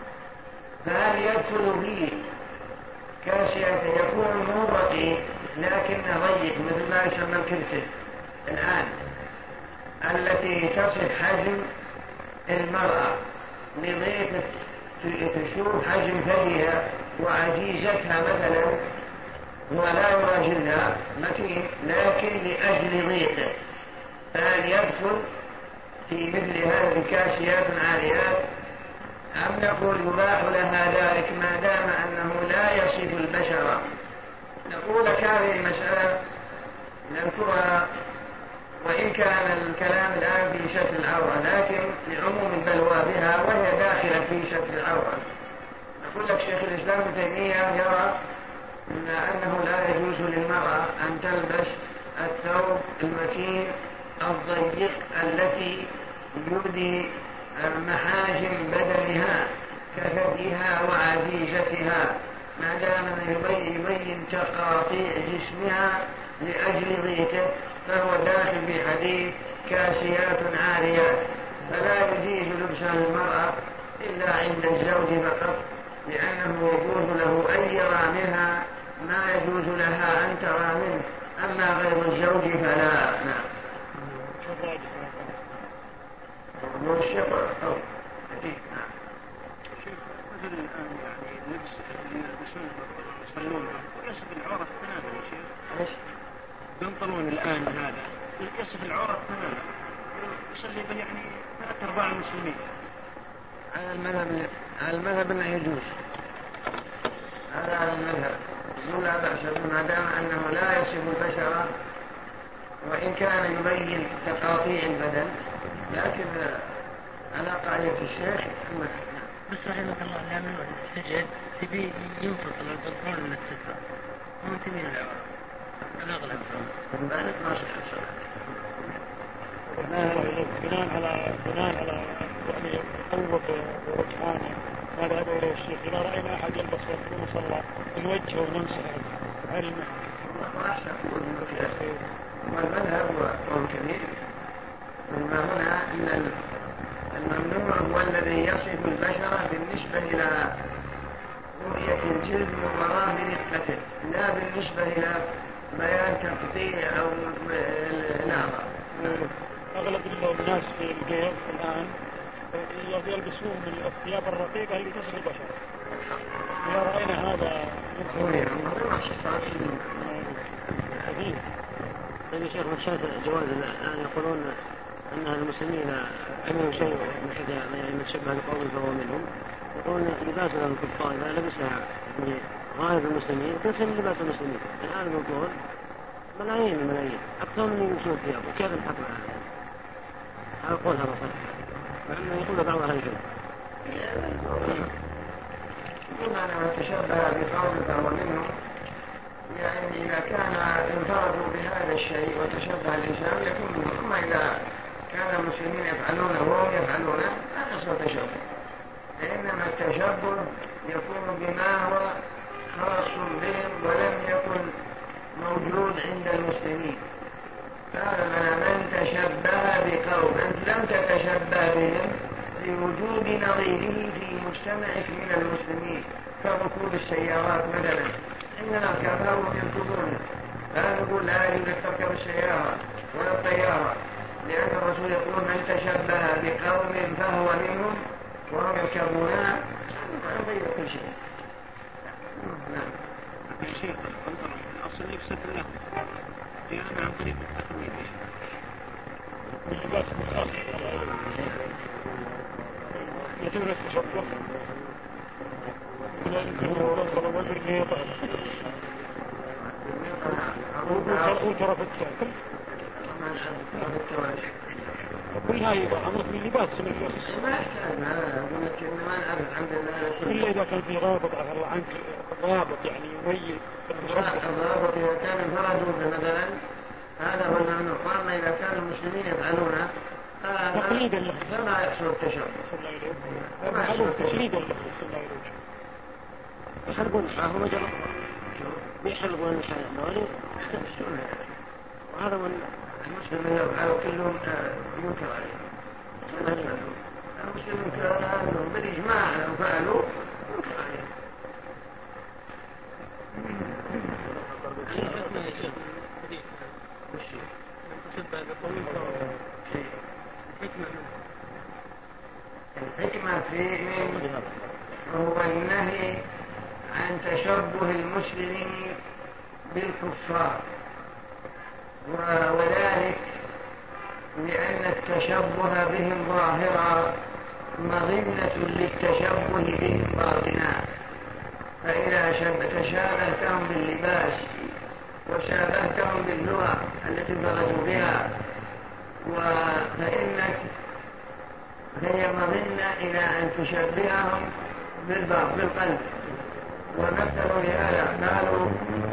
فهل يدخل فيه كاسية يكون مو رقيق لكن ضيق مثل ما يسمى الكرتة الآن التي تصف حجم المرأة لضيق تشوف حجم ثديها وعجيزتها مثلا ولا يراجلها متين لكن لأجل ضيقه، فهل يدخل في مثل هذه كاسيات عاريات أم نقول يباح لها ذلك ما دام أنه لا يصف البشرة؟ نقول هذه المسألة نذكرها وإن كان الكلام الآن في ستر العورة، لكن لعموم البلوى بها وهي داخلة في ستر العورة. نقول لك شيخ الإسلام ابن تيمية يرى إن أنه لا يجوز للمرأة أن تلبس الثوب المكين الضيق التي يبدي محاجم بدنها كثديها وعجيزتها، ما دام يبين تقاطيع جسمها لأجل ضيقه، فهو داخل في حديث كاسيات عاريات. فلا يجيز لبس المرأة إلا عند الزوج فقط، لأنه يجوز له أن يرى منها ما يجوز لها أن ترى منه، أما غير الزوج فلا. نعم. والشقر أو أكيد. نعم. شوف مثلا الآن يعني لبس اللي يلبسون يصلون يصف العورة تماما يا شيخ. إيش؟ بنطلون الآن هذا يصف العورة تماما، يصلي به يعني ثلاث أرباع المسلمين. على المذهب على المذهب أنه يجوز، هذا على المذهب يقول لا بأس ما دام أنه لا يصف البشرة وإن كان يبين تقاطيع البدن، لكن على قاعدة الشيخ بس رحمك الله لما السجد تبي ينفصل البنطلون من السترة ومن تمين العورة الأغلب ذلك ما صح الصلاة. بناء على بناء على يعني قوة ورجحانه ما ذهب إليه الشيخ، إذا رأينا أحد يلبس بنطلون صلى نوجهه وننصحه علما. والمذهب هو كبير، مما هنا أن الممنوع هو الذي يصف البشرة بالنسبة إلى رؤية الجلد من وراء برقته، لا بالنسبة إلى بيان تقطيع أو نعرة. أغلب الناس في الجيب الآن يلبسون من الثياب الرقيقة اللي تصل البشرة. إذا رأينا هذا يدخل طيب يا شيخ مشاهد جواز الآن يقولون أن المسلمين عملوا شيء من حدا من شبه القول فهو منهم، يقولون لباس لهم الكفار إذا لبسها غالب المسلمين تنسى من لباس المسلمين. الآن نقول ملايين الملايين أكثر من يمشون ثيابه، كيف الحكم على هذا؟ هذا قول هذا صحيح، فإنه يقول بعض أهل العلم يقول أنا تشبه بقوم فهو منهم، يعني إذا كان انفردوا بهذا الشيء وتشبه الإنسان يكون منهم. أما إذا كان المسلمين يفعلونه وهم يفعلونه لا يصير تشبه، إنما التشبه يكون بما هو خاص بهم ولم يكن موجود عند المسلمين. قال من تشبه بقوم، أنت لم تتشبه بهم لوجود نظيره في مجتمعك من المسلمين كركوب السيارات مثلا. إننا الكفار يركبون، لا نقول لا يجب تركب السيارة ولا الطيارة، لأن الرسول يقول من تشبه بقوم فهو منهم وهم يركبونها، نغير كل شيء. نعم. يا شيخ الأصل يفسد له ديانة عن طريق التقليد. اللباس متأخر يتم التشبه ولا يمكنه نظر وبالنيطة وترف التاكل كل هاي أمرك من لباس من اللبس ما يحتاج، أقول لك إنه ما نعرف الحمد لله. إلا إذا كان في رابط عفى الله عنك، رابط يعني يميز الرابط إذا كان انفردوا مثلا هذا هو المعنى. قالنا إذا كان المسلمين يفعلونه تقليدا له فما يحصل التشبه. ما يحصل تشريدا له صلى الله عليه وسلم. يحلقون شعره مجرد بيحلقون النواري وهذا من المسلمين يفعلوا كلهم منكر عليهم. المسلمين كانوا بالإجماع لو فعلوا منكر عليهم. الحكمة فيه هو النهي عن تشبه المسلمين بالكفار، وذلك لأن التشبه بهم ظاهرا مظنة للتشبه بهم باطنا. فإذا تشابهتهم باللباس وشابهتهم باللغة التي انفردوا بها فإنك هي مظنة إلى أن تشبههم بالقلب. ومثلوا لهذا قالوا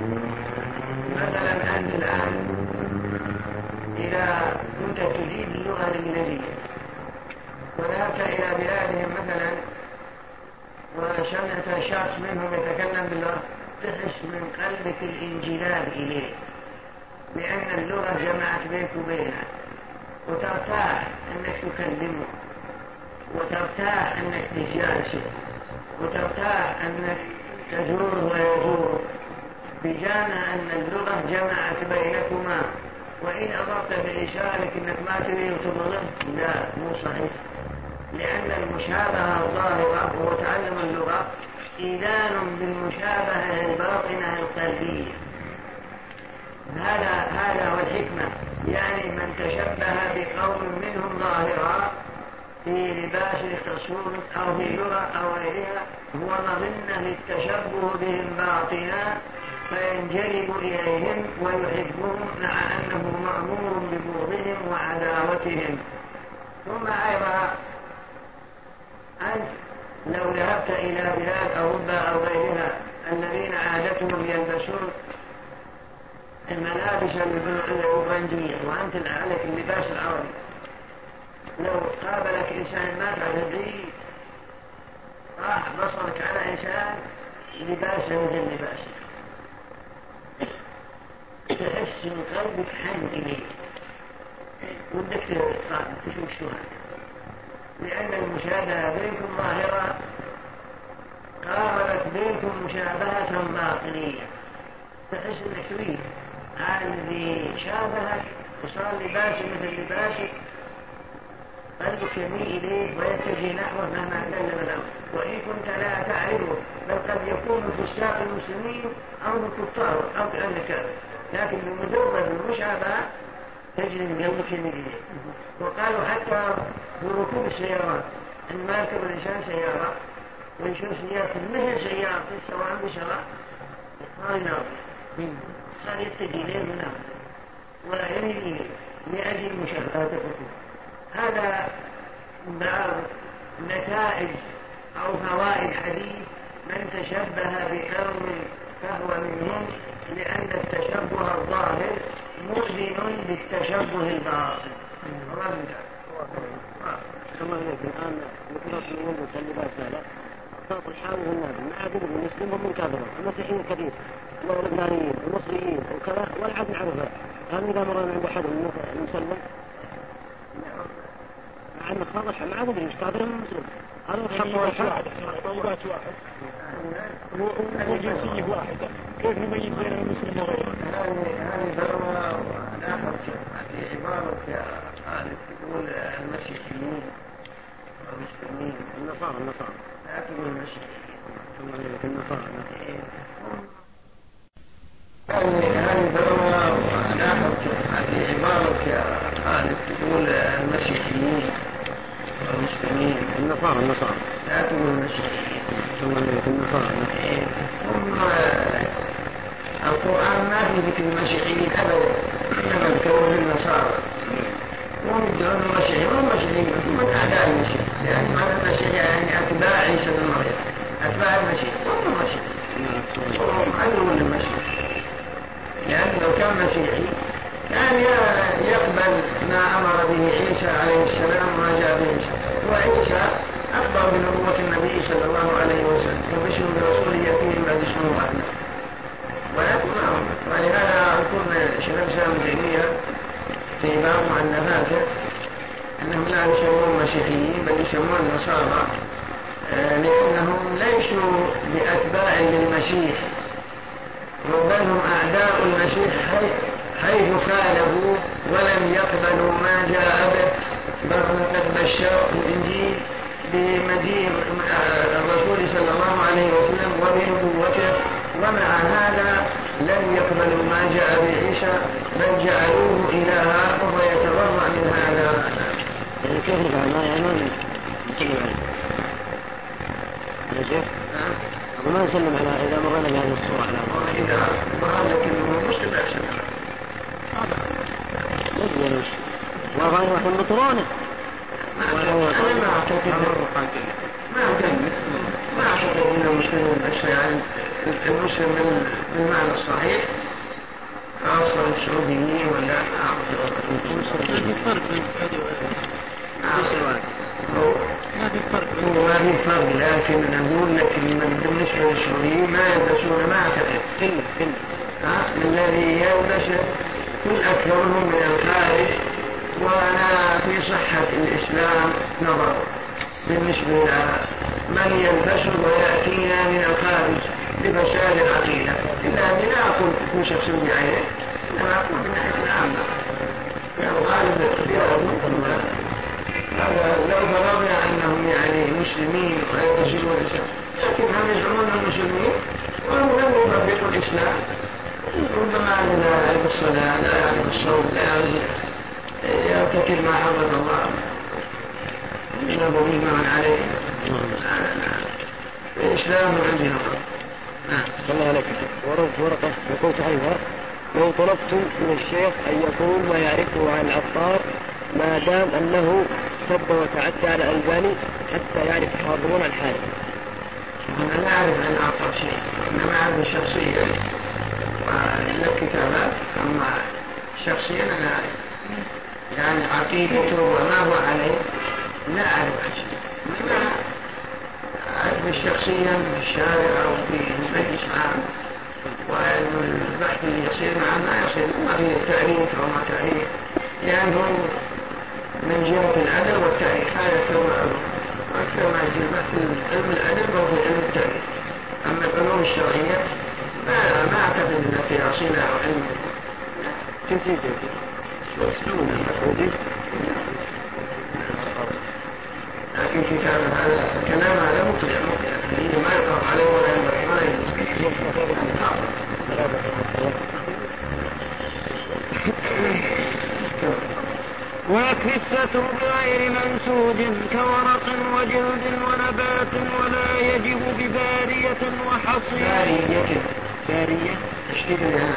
مثلا أنت الآن إذا كنت تجيد اللغة الإنجليزية وذهبت إلى بلادهم مثلا وسمعت شخص منهم يتكلم باللغة تحس من قلبك الانجذاب إليه، لأن اللغة جمعت بينك وبينه، وترتاح أنك تكلمه، وترتاح أنك تجالسه، وترتاح أنك تزوره ويزوره، بجانب أن اللغة جمعت بينكما. وإن أضرت بلسانك أنك ما تريد تظلم، لا مو صحيح، لأن المشابهة الظاهرة هو تعلم اللغة إيذان بالمشابهة الباطنة القلبية. هذا هذا هو الحكمة، يعني من تشبه بقوم منهم ظاهرا في لباس التصوير أو في لغة أو غيرها هو مظنة للتشبه بهم باطنا، فينجلب إليهم ويحبهم مع أنه مأمور ببغضهم وعداوتهم. ثم أيضا أنت لو ذهبت إلى بلاد أوروبا أو غيرها الذين عادتهم يلبسون الملابس البرنجية وأنت عليك اللباس العربي، لو قابلك إنسان ما تعتدي راح بصرك على إنسان لباسه مثل لباسه، تحس من قلبك حن إليه ودك تشوف شو هذا، لأن المشابهة بينكم ظاهرة قاربت بينكم مشابهة باطنية، تحس انك تريد الذي شابهك وصار لباسه مثل لباسك قلبك يميل إليه ويتجه نحوه مهما كان الأمر، وإن كنت لا تعرفه بل قد يكون في الساق المسلمين أو الكفار أو كأنك، لكن بمجرد المشابهة تجري من قلبك يميل إليه. وقالوا حتى بركوب السيارات، إن ما يركب الإنسان سيارة من شخصيات مثل سيارة السواء بشرع ما يناظر صار يتجي ليه مناظر ولا يميل لأجل مشاهدة الكتب. هذا بعض نتائج أو فوائد حديث من تشبه بقوم فهو منهم، لأن التشبه الظاهر مؤذن بالتشبه الباطن. كما هناك الآن ذكرت من يلبس اللباس هذا اختلاط الحاوي والنادي مع عدد المسلم ومن كافرهم المسيحيين كثير واللبنانيين والمصريين وكذا ولا عاد نعرفها. هذا إذا مرنا عند أحد المسلم مع أنه خاضح ما عاد مش كافر من المسلم هذا الحق واحد طيبات واحد وجنسية واحدة كيف نميز بين المسلم وغيره؟ هذه ضرورة آخر في عبارة قالت تقول المسيحيين والمسلمين النصارى النصارى لا تقول المسيحيين النصارى هذه ضرورة آخر في عبارة قالت تقول المسيحيين والمسلمين النصارى النصارى لا تقول المسيحيين النصارى القرآن ما في ذكر المسيحيين أبدا، إنما ذكروا النصارى وهم يدعون المسيحيين والمسيحيين هم أعداء المسيح، لأن معنى المسيح يعني أتباع عيسى بن مريم، أتباع المسيح هم المسيح وهم عدو للمسيح، لأن لو كان مسيحي كان يقبل ما أمر به عيسى عليه السلام وما جاء به عيسى، وعيسى أخبر بنبوة النبي صلى الله عليه وسلم وبشر برسول يأتيه بعد اسمه أحمد، ولكن ولهذا أذكرنا شيخ الإسلام ابن تيمية في بعض مؤلفاته أنهم لا يسمون مسيحيين بل يسمون نصارى، لأنهم ليسوا بأتباع للمسيح بل هم أعداء المسيح حيث خالفوا ولم يقبلوا ما جاء به، بل قد بشروا الإنجيل بمجيء الرسول صلى الله عليه وسلم وبنبوته، ومع هذا لم يقبلوا ما جاء بعيسى بل جعلوه إلها وهو يتبرأ من هذا. يعني كيف نفعل ما يعني ما نسلم عليه يا شيخ؟ وما نسلم على إذا مرنا بهذه الصورة على الله إذا مرنا كلمة مسلم لا سلم نجي وغير واحد بطرونه. أنا ما أعتقد ما أعتقد ما أعتقد أن المسلمين بس يعني المسلم بالمعنى الصحيح خاصة السعوديين ولا في فرق بين السعودية والسعودية ما في فرق ما في فرق، لكن نقول لك بالنسبة للسعوديين ما يلبسون ما أعتقد كله كله الذي يلبس كل أكثرهم من الخارج، وأنا في صحة الإسلام نظر بالنسبة إلى من يلبس ويأتينا من الخارج بفساد العقيدة، إلا أني لا أقول كل شخص بعينه، إنما أقول من ناحية العامة الغالب الاختيار. لو فرضنا أنهم يعني مسلمين ويلبسون الإسلام لكنهم يزعمون المسلمين وهم لم يطبقوا الإسلام، ربما لا يعرف الصلاة لا يعرف الصوم لا يعرف يرتكب ما حرم الله يشرب مما عليه الإسلام عندنا. صلى عليك ورد ورقة يقول صحيحة لو طلبت من الشيخ أن يقول ما يعرفه عن العطار ما دام أنه سب وتعدى على الألباني حتى يعرف حاضرون الحالة. أنا لا أعرف عن العطار شيء، إنما أعرف شخصيا ولا كتابات، أما شخصيا أنا أعرف يعني عقيدته وما هو عليه لا أعرف شيء، إنما أعرف شخصيا في الشارع أو في المجلس عام، وأن البحث اللي يصير معه ما يصير ما فيه تعريف أو ما تعريف، لأنه من جهة الأدب والتاريخ هذا كله أكثر ما يجي البحث علم الأدب أو في علم التاريخ، أما العلوم الشرعية ما ما أعتقد أن في عصينا أو علم كنسيته لكن كتاب هذا كلام هذا مطلع مطلع ما يقرأ عليه ولا ينبغي ولا ينبغي. وأكثر ويكفي الستر بغير منسوج كورق وجلد ونبات ولا يجب ببارية وحصير بارية بارية تشبيهها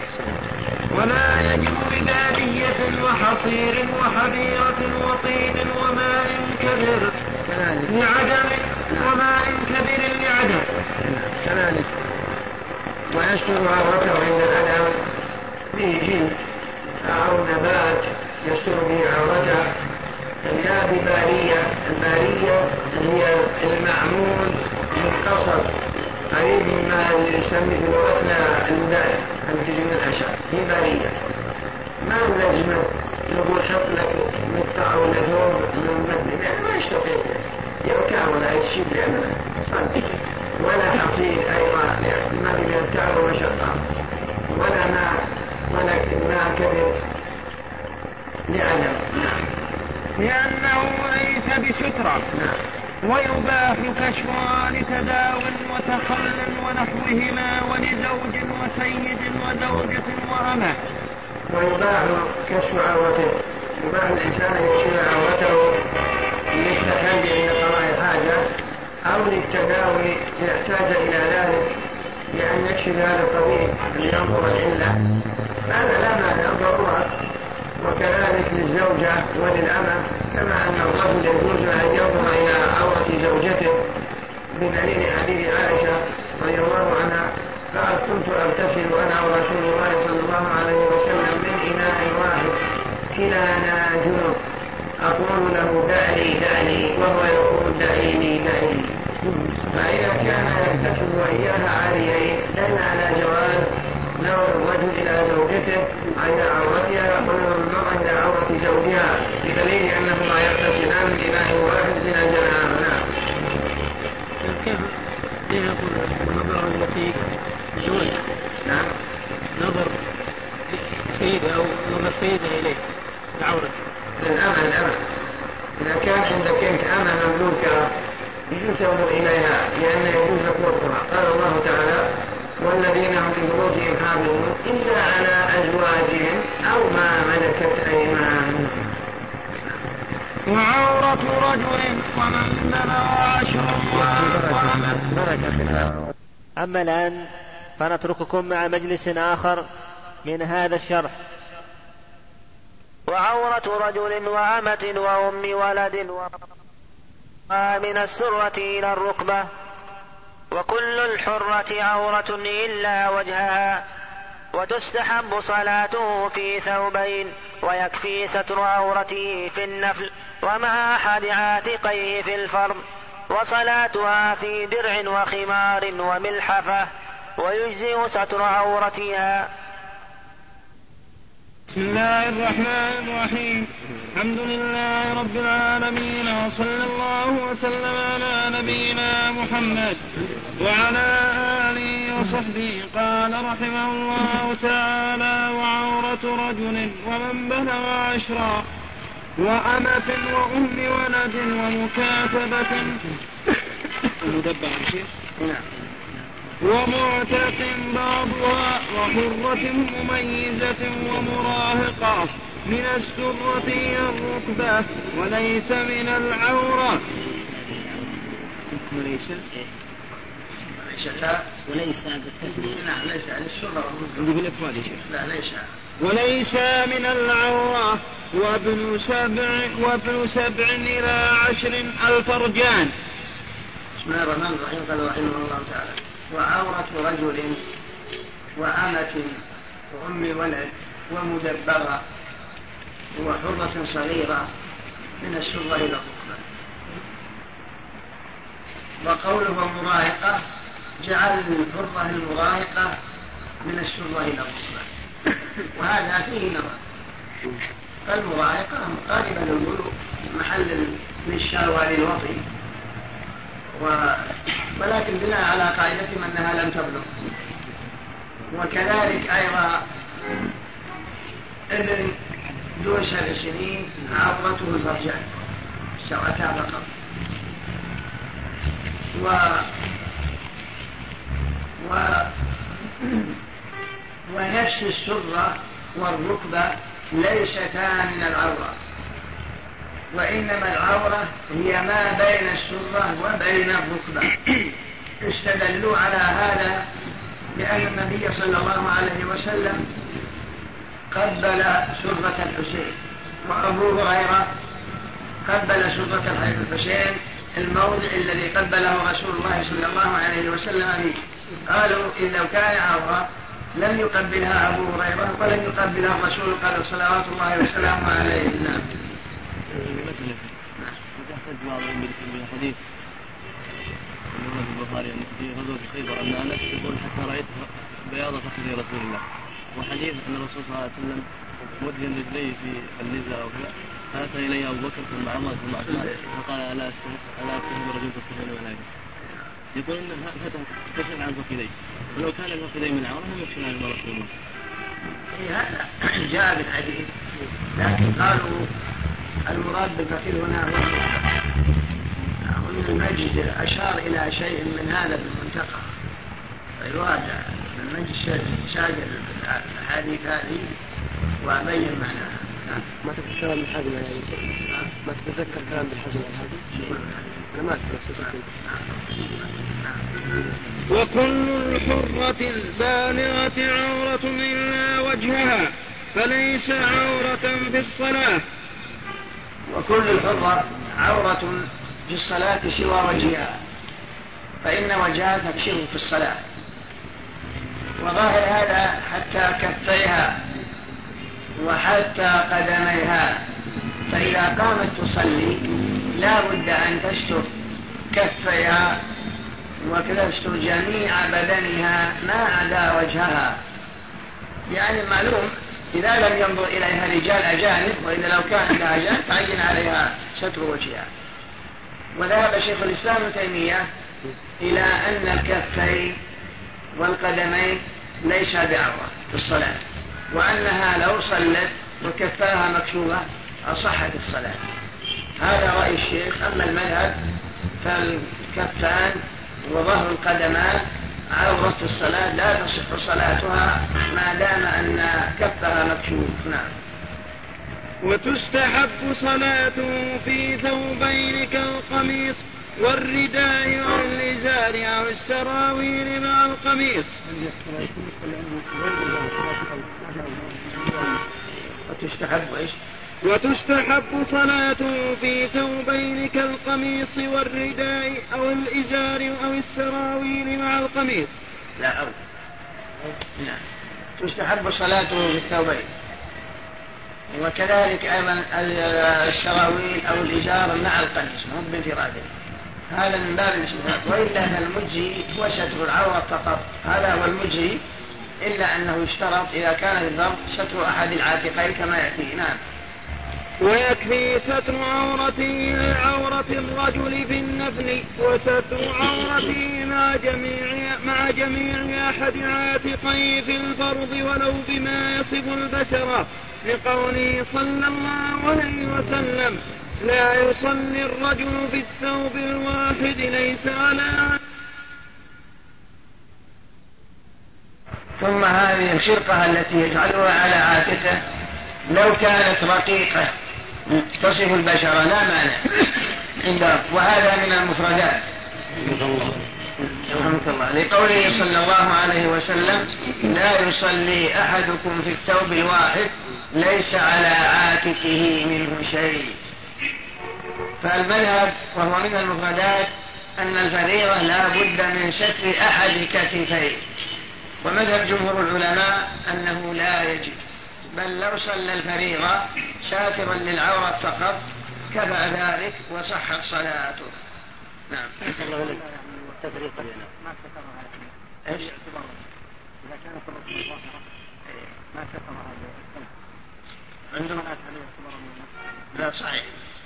ولا يجب ببارية وحصير وحبيرة وطين وماء كدر لعدم وماء كدر لعدم كذلك. ويستر عورته عند الأدم به جلد أو نبات يستر به عورته لا ببارية. البارية هي المعمول للقصر قريب مما يسمي في لغتنا المداد أن تجي من الأشعر هي بارية. ما لازمه نقول حط لك مقطع ولا ثوب من مدد يعني ما يشتغل يركع ولا يشيب لأنه صدق ولا حصير أيضا يعني ما بين التعب ومشقة ولا ماء ولا ماء كبير لعدم. لأنه ليس بسترة. ويباح كشفها لتداو وتخل ونحوهما ولزوج وسيد وزوجة وأمة. ويباح كشف عورته يباح الإنسان يكشف عورته للتخلي عند قضاء الحاجة أو للتداوي إذا احتاج إلى ذلك لأن يكشف هذا الطبيب لينظر العلة هذا لا مانع ضرورة. وكذلك للزوجة وللأمة كما أن الرجل يجوز أن ينظر إلى عورة زوجته بدليل حديث عائشة رضي الله عنها قال كنت أغتسل أنا ورسول الله صلى الله عليه وسلم من إناء واحد كلانا جنب أقول له دعني دعني وهو يقول دعيني دعيني. فإذا كان يغتسل وإياها عاريين دل على جواز نظر الرجل إلى زوجته إلى عورتها ونظر المرأة إلى عورة زوجها بدليل أنهما يغتسلان من إناء واحد من الجنابة. كيف يقول نظر المسيح جوز؟ نعم نظر سيدة أو نظر سيدة إليه العورة الأمة الأمة إذا كان عندك أنت أمة مملوكة يجوز تنظر إليها لأن يجوز لك وقتها. قال الله تعالى والذين هم لفروجهم حافظون إلا على أزواجهم أو ما ملكت أيمانهم. وعورة رجل ومن بلغ عشرا وأمة. أما الآن فنترككم مع مجلس آخر من هذا الشرح. وعورة رجل وأمة وأم ولد ومن السرة إلى الركبة وكل الحرة عورة إلا وجهها وتستحب صلاته في ثوبين ويكفي ستر عورته في النفل ومع أحد عاتقيه في الفرض وصلاتها في درع وخمار وملحفة ويجزئ ستر عورتها. بسم الله الرحمن الرحيم. الحمد لله رب العالمين وصلى الله وسلم على نبينا محمد وعلى آله وصحبه. قال رحمه الله تعالى وعورة رجل ومن بلغ عشرا وأمة وأم ولد ومكاتبة ومعتق بعضها وحرة مميزة ومراهقة من السرة إلى الركبة وليس من العورة. وليس لا وليس نعم ليس السرة لا ليس وليس من العورة. وابن سبع وابن سبع إلى عشر الفرجان. بسم الله الرحمن الرحيم. قال رحمه الله تعالى وعورة رجل وأمة وأم ولد ومدبرة وحرة صغيرة من السرة إلى الركبة. وقوله مراهقة جعل الحرة المراهقة من السرة إلى الركبة وهذا فيه نظر. فالمراهقة مقاربة للبلوغ محل للشهوة للوطي ولكن بناء على قاعدتهم أنها لم تبلغ. وكذلك أيضا ابن دون سبع سنين عورته الفرجان سواء فقط. و... و... ونفس السرة والركبة ليستا من العورة وإنما العورة هي ما بين السرة وبين الركبة. استدلوا على هذا لأن النبي صلى الله عليه وسلم قبل سرة الحسين، وأبو هريرة قبل سرة الحسين الموضع الذي قبله رسول الله صلى الله عليه وسلم فيه. قالوا إن لو كان عورة لم يقبلها أبو هريرة ولم يقبلها الرسول قال صلوات الله وسلامه عليه. نعم. حديث البخاري في غزوة خيبر أن أنس يقول حتى رأيت بياض فخذ رسول الله، وحديث أن الرسول صلى الله عليه وسلم مدهن رجليه في اللزة أو كذا، فأتى إليه أبو بكر ثم عمر ثم عثمان فقال ألا أستهد رجل تستهد الملائكة. يقول أن فتح كشف عن فخذيه، ولو كان الفخذين من عورة لم يكشف عن رسول الله. هذا جاء بالحديث، لكن قالوا المراد بالفخذ هنا هو من المجد، أشار إلى شيء من هذا بالمنتقى، فيراد المجد شاجر الحديث هذه وأبين معناها. ما تذكر كلام الحازم عن هذا الشيء؟ ما تتذكر كلام الحازم عن هذا؟ أنا ما أذكر. وكل الحرة البالغة عورة إلا وجهها فليس عورة في الصلاة. وكل الحرة عورة في الصلاة سوى وجهها، فإن وجهها تكشف في الصلاة. وظاهر هذا حتى كفيها وحتى قدميها، فإذا قامت تصلي لا بد أن تستر كفيها وتستر جميع بدنها ما عدا وجهها. يعني معلوم إذا لم ينظر إليها رجال أجانب، وإذا لو كانت أجانب تعين عليها ستر وجهها. وذهب شيخ الإسلام ابن تيمية إلى أن الكفين والقدمين ليس بعورة في الصلاة، وأنها لو صلت وكفاها مكشوفة أصحت الصلاة. هذا رأي الشيخ. أما المذهب فالكفان وظهر القدمان عورة في الصلاة لا تصح صلاتها ما دام أن كفها مكشوف. نعم. وتستحب صلاته في ثوبين كالقميص والرداء أو الإزار أو السراويل مع القميص. وتستحب إيش؟ وتستحب صلاته في ثوبين كالقميص والرداء أو الإزار أو السراويل مع القميص. لا أو نعم. تستحب صلاته في الثوبين، وكذلك أيضا السراويل أو الإزار مع القميص مو بانفراده، هذا من باب الاستحباب. وإلا أن المجزي هو ستر العورة فقط، هذا هو المجزي، إلا أنه يشترط إذا كان الضرب ستر أحد العاتقين كما يأتي. نعم. ويكفي ستر عورته عورة الرجل في النفل، وستر عورته مع جميع مع جميع أحد عاتقيه في الفرض ولو بما يصف البشرة، لقوله صلى الله عليه وسلم: لا يصلي الرجل في الثوب الواحد ليس على. ثم هذه الخرقة التي يجعلها على عاتقه لو كانت رقيقة تصف البشرة لا مانع عنده، وهذا من المفردات. رحمة الله. لقوله صلى الله عليه وسلم: لا يصلي أحدكم في الثوب الواحد ليس على عاتقه منه شيء. فالمذهب وهو من المفردات أن الفريضة لا بد من ستر أحد كتفيه، ومذهب جمهور العلماء أنه لا يجب، بل لو صلى الفريضة ساترا للعورة فقط كفى ذلك وصحت صلاته. نعم. أسأل الله عليك التفريق لنا ما سترها على إيش؟ إذا كانت الركبة ظاهرة ما سترها عندهم لا صحيح،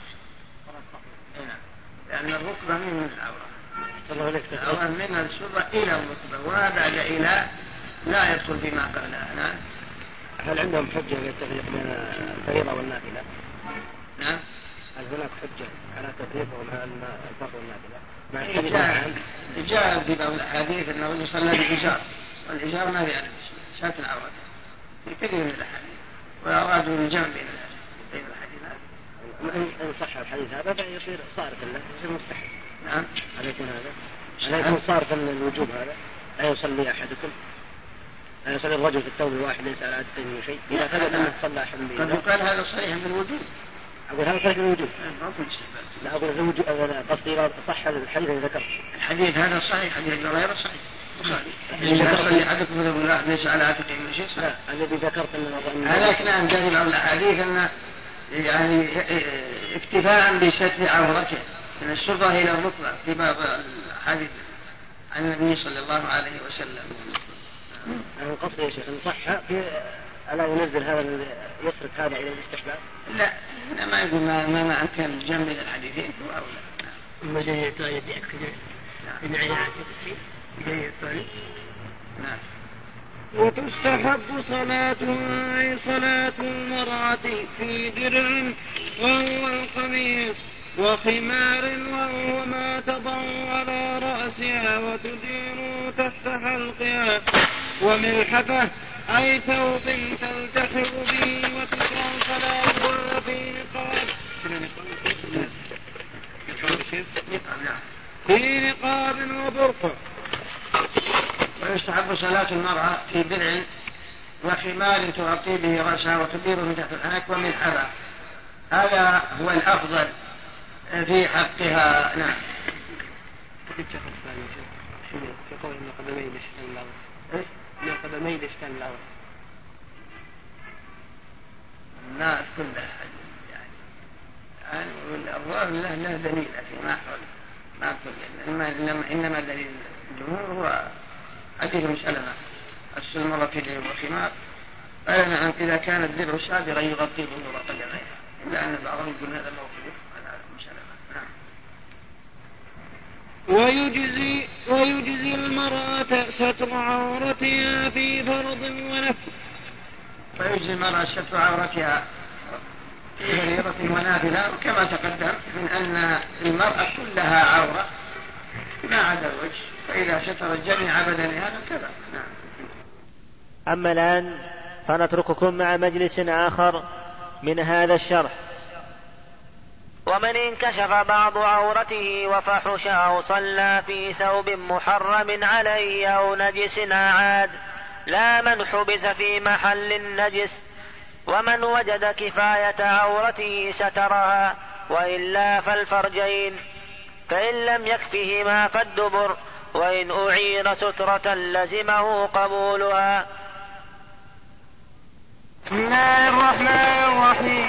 لأن الركبة من العورة، أسأل الله عليك العورة من السرة إلى الركبة، وما بعد إلى لا يدخل فيما قبلها. نعم. هل عندهم حجة في التفريق بين الفريضة والنافلة؟ نعم. هل هناك حجة على تفريقهم على الفرض والنافلة؟ جاء في بعض الأحاديث أن الرجل صلى بالإزار، والإزار ما في شات العورة في كثير من الأحاديث، وأرادوا الجمع بين الحديثات. إن صح الحديث هذا فيصير صارفا له، يصير مستحب. نعم. هل يكون هذا؟ هل يكون صارفا للوجوب هذا؟ لا يصلي أحدكم، لا يصلي الرجل في الثوب الواحد ليس على عاتقه من شيء إذا ثبت أن صلى أحد به. قد يقال هذا صريح بالوجوب. أقول هذا صحيح بالوجوب. ما أقول استحباب. لا أقول الوجوب، قصدي صح الحديث اللي ذكرت. الحديث هذا صحيح، حديث غير صحيح. لا يصلي أحدكم في الواحد ليس على عاتقه من شيء. لا الذي ذكرت أنه هذاك نعم جاء في الحديث أن يعني اكتفاء بستر عورته من السرة إلى المطلق في بعض الحديث عن النبي صلى الله عليه وسلم. أنا قصدي يا شيخ إن صح في ألا ينزل هذا يصرف هذا إلى الاستحباب؟ لا أنا ما يقول ما ما ما أمكن الجمع الحديثين هو أولى. أما جاي الثاني يأكد إن عين عاتق جاي الثاني. نعم. وتستحب صلاتها أي صلاة المرأة في درع وهو القميص وخمار وهو ما تضع على رأسها وتدير تحت حلقها، وملحفة أي ثوب تلتحف به، وتكره صلاتها في نقاب في نقاب وبرقع. ويستحب صلاة المرأة في درع وخمار تغطي به رأسها وتدير من تحت الحنك وملحفة، هذا هو الأفضل في حقها. نعم. في قول إن قدمي لشتان الأرض إن قدمي لشتان الأرض الناس كلها يعني الظاهر له له دليل لكن ما حول ما كل إنما إنما دليل الجمهور هو حديث مسألة أصل المرة درع وخمار، قال نعم إذا كان الدرع سادرا يغطي ظهور قدميها، إلا أن بعضهم يقول هذا موقف على مسألة. نعم. ويجزي ويجزي المرأة ستر عورتها في فرض ونفل. ويجزي المرأة ستر عورتها في فريضة ونافلة، وكما تقدم من أن المرأة كلها عورة ما عدا الوجه، فإذا سترت جميع بدنها فكذا. نعم. أما الآن فنترككم مع مجلس آخر من هذا الشرح. ومن انكشف بعض عورته وفحش أو صلى في ثوب محرم عليه أو نجس أعاد، لا من حبس في محل النجس. ومن وجد كفاية عورته سترها، وإلا فالفرجين، فإن لم يكفهما فالدبر، وإن أعير سترة لزمه قبولها. بسم الله الرحمن الرحيم.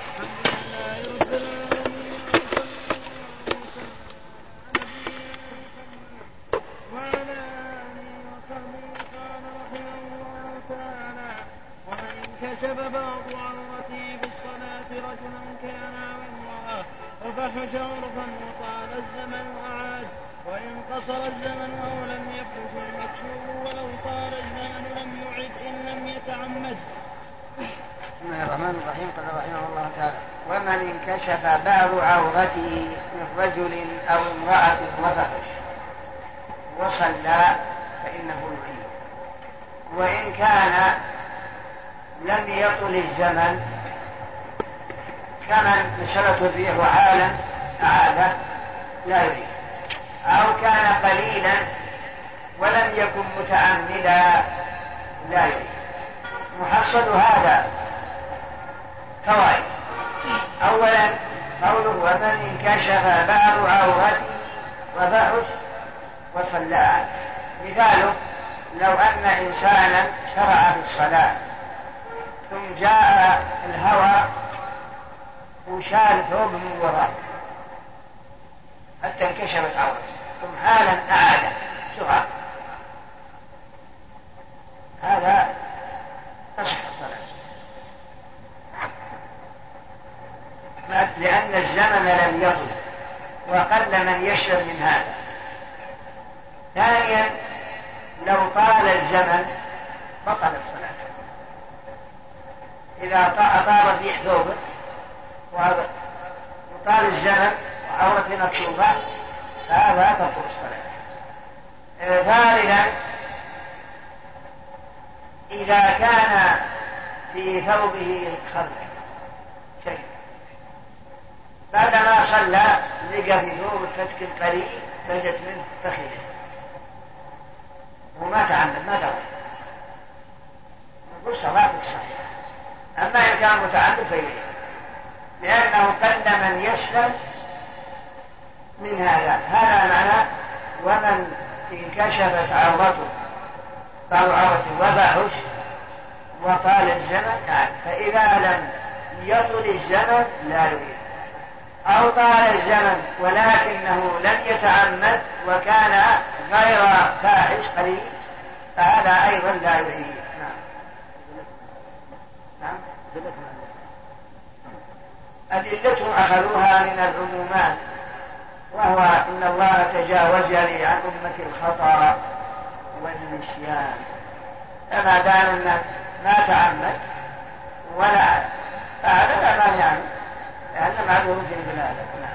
كشف بعض عورته بالصلاة رجلا كان أو امرأة وفحش عرفا وطال الزمن أعاد، وإن قصر الزمن أو لم يفحش المكشوف ولو طال الزمن لم يعد إن لم يتعمد. بسم الله الرحمن الرحيم. قال رحمه الله تعالى: ومن انكشف بعض عورته من رجل أو امرأة وفحش وصلى فإنه يعيد، وإن كان لم يطل الزمن كمن نشرته الريح وحالا أعاده لا يريد، أو كان قليلا ولم يكن متعمدا لا يريد. محصل هذا فوائد. أولا قوله: ومن انكشف بعض عورته وفحش وصلى. مثاله: لو أن إنسانا شرع في الصلاة ثم جاء الهوى وشال ثوب من وراء حتى انكشفت عورته ثم حالا أعاد سرعة، هذا تصح الصلاة لأن الزمن لم يطل وقل من يشرب من هذا. ثانيا لو طال الزمن بطلت صلاته. إذا طال الريح ثوبه وطال الزمن وعورته مكشوفة فهذا تبطل الصلاة. ثالثا إذا كان في ثوبه خلق شيء بعدما صلى لقى في ثوب فتك قريب فجت منه فخذه وما تعمد ما درى، نقول صلاتك صحيحة. أما إن كان متعمد فيليه، لأنه قل من يسلم من هذا. هذا معنى ومن انكشفت عورته بعض عورته وفحش وطال الزمن يعني. فإذا لم يطل الزمن لا يريد، أو طال الزمن ولكنه لم يتعمد وكان غير فاحش قليل فهذا أيضا لا يريد. نعم. نعم. أدلتهم أخذوها من العمومات، وهو إن الله تجاوز لي عن أمة الخطأ والنسيان، فما دام أنه ما تعمد ولا فهذا لا مانع لأن معذور في البلاد.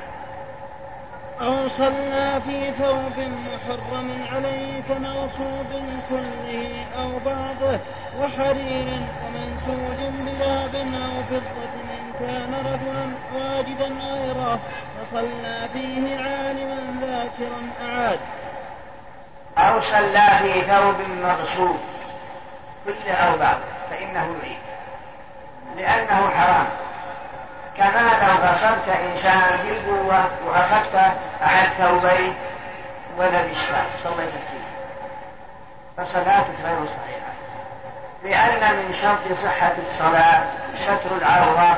أو صلى في ثوب محرم عليه كمغصوب كله أو بعضه وحرير ومنسوج بذهب أو فضة إن كان رجلا واجدا غيره فصلى فيه عالما ذاكرا أعاد. أو صلى في ثوب مغصوب كله أو بعضه فإنه يعيد لأنه حرام، كما لو غصبت إنسان بالقوة وأخذت أحد ثوبين ولبسته صليت فيه فصلاتك غير صحيحة، لأن من شرط صحة الصلاة ستر العورة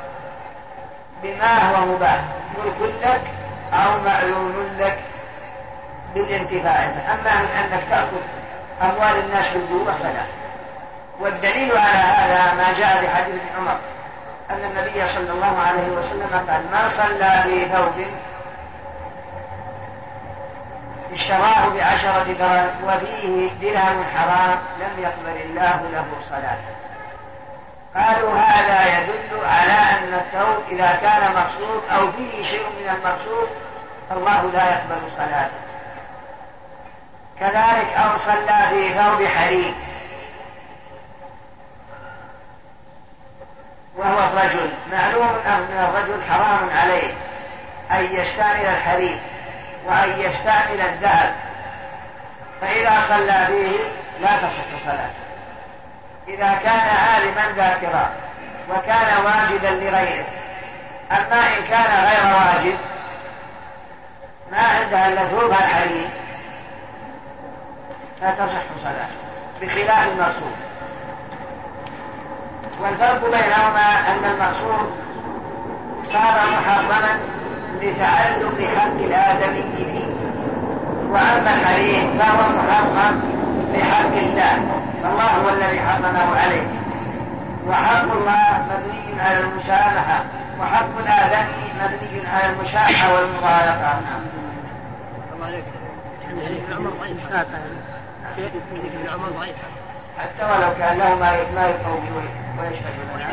بما هو مباح ملك لك أو معلوم لك بالانتفاع. أما من أنك تأخذ أموال الناس بالقوة فلا. والدليل على هذا ما جاء بحديث ابن عمر أن النبي صلى الله عليه وسلم قال ما صلى في ثوب اشتراه بعشرة دراهم وفيه درهم حرام لم يقبل الله له صلاة. قالوا هذا يدل على أن الثوب إذا كان مغصوب أو فيه شيء من المغصوب الله لا يقبل صلاته. كذلك أو صلى في ثوب حرير وهو الرجل معلوم أن الرجل حرام عليه أن يستعمل الحرير وأن يستعمل الذهب، فإذا صلى فيه لا تصح صلاته إذا كان عالما ذاكرا وكان واجدا لغيره. أما إن كان غير واجد ما عندها إلا ثوبها الحرير لا تصح صلاته بخلاف المقصود. والفرق بينهما أن المقصود صار محرما لتعلق حق الآدمي فيه، وأما الحرير فهو محرم لحق الله فالله هو الذي حرمه عليه، وحق الله مبني على المسامحة وحق الآدمي مبني على المشاحة والمضايقة. الله عليك العمر ضعيف العمر ضعيف حتى ولو كان له ما ما يقوم ويشهد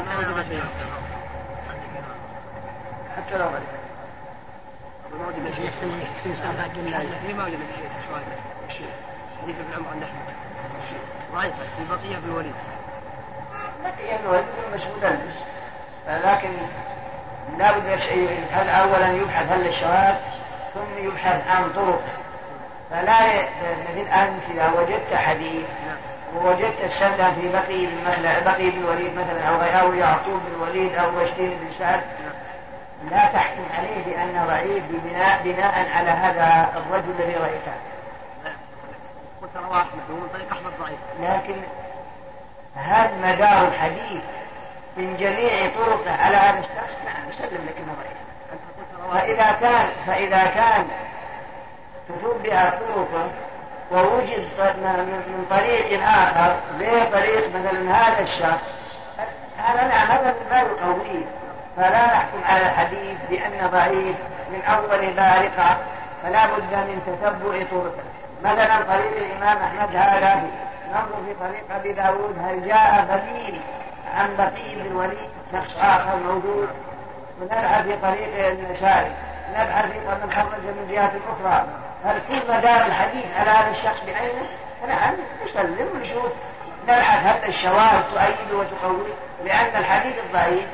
حتى لو غير ما وجد شيء ما وجد شيء حديث ابن عمر عند أحمد ضعيفة في بقية بن الوليد بقية بن الوليد مش مدلس، لكن لا بد يبحث أولا يبحث هل الشواذ ثم يبحث عن طرق. فلا مثل الآن إذا وجدت حديث ووجدت السنة في بقي بن بقي بن الوليد مثلا أو غيره يعقوب بن الوليد أو وشتين بن سعد لا تحكم عليه بأنه ضعيف بناء بناء على هذا الرجل الذي رأيته. قلت رواه أحمد ومن طريق أحمد ضعيف، لكن هذا مدار الحديث من جميع طرقه على هذا الشخص نعم نسلم لك انه ضعيف. فإذا كان فإذا كان تتبع طرقه ووجد من طريق آخر بطريق مثلا هذا الشخص هذا نعم هذا ما يقويه، فلا نحكم على الحديث بأنه ضعيف من أول بارقة، فلا بد من تتبع طرقه. مثلا طريق الإمام أحمد هذا ننظر في طريق أبي داود هل جاء بديل عن بقي بن الوليد شخص آخر موجود، ونبحث في طريق النسائي نبحث في من خرج من جهات أخرى. هل كل مدار الحديث على هذا الشخص بعينه؟ نعم نسلم ونشوف نبحث هل الشواهد تؤيد وتقوي، لأن الحديث الضعيف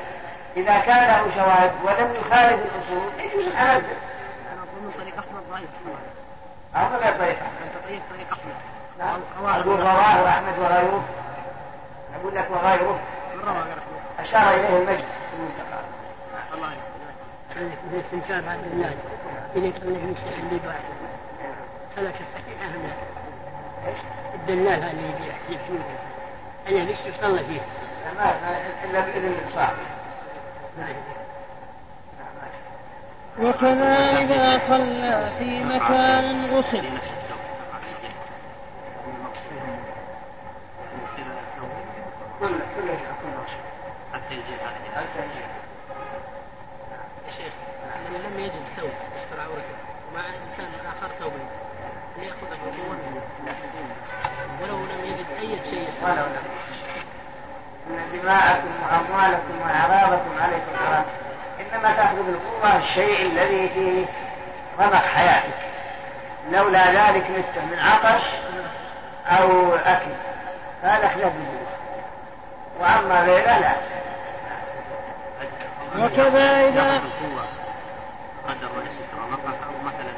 إذا كان له شواهد ولم يخالف الأصول يجوز العمل به. أنا أظن طريق أحمد ضعيف. هذا غير طريق أحمد. طريق طريق أحمد. نعم. أقول رواه أحمد وغيره. أقول لك وغيره. أشار إليه المجد. الله يعلم. في الاستنساب عن الله إذا يصلي المشتح اللي بعد ثلاثة صحيحة هم لا. الدلال اللي يحييه. أنا ليش يصلي فيه؟ ما إلا بإذن الصاحب. وكذا إذا صلى في مكان غسل كل كل يكون مقصود. التنزيل هذا. التنزيل. يا شيخ من لم يجد ثوب يستر عورته ومع إنسان آخر ثوب ليأخذه ولو ولو لم يجد أي شيء. ولو لم إن دماءكم وأموالكم وأعراضكم عليكم حرام. إنما تأخذ بالقوة الشيء الذي فيه رمق حياتك. لولا ذلك مت من عطش أو أكل هذا خلاف القوة. وأما غيره لا. وكذا إذا قدر ولستر وقف أو مثلا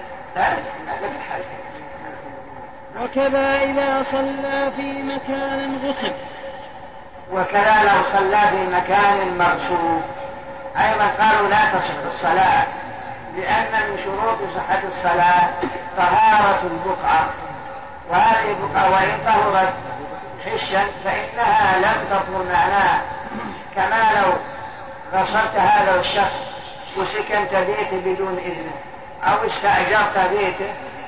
وكذا إذا صلى في مكان غصب. وكذا لو صلى في مكان مغصوب أيضا قالوا لا تصح الصلاة لأن من شروط صحة الصلاة طهارة البقعة، وهذه البقعة وإن طهرت حشا فإنها لم تطهر معناه. كما لو غصبت هذا الشخص وسكنت بيته بدون إذنه أو استأجرت بيته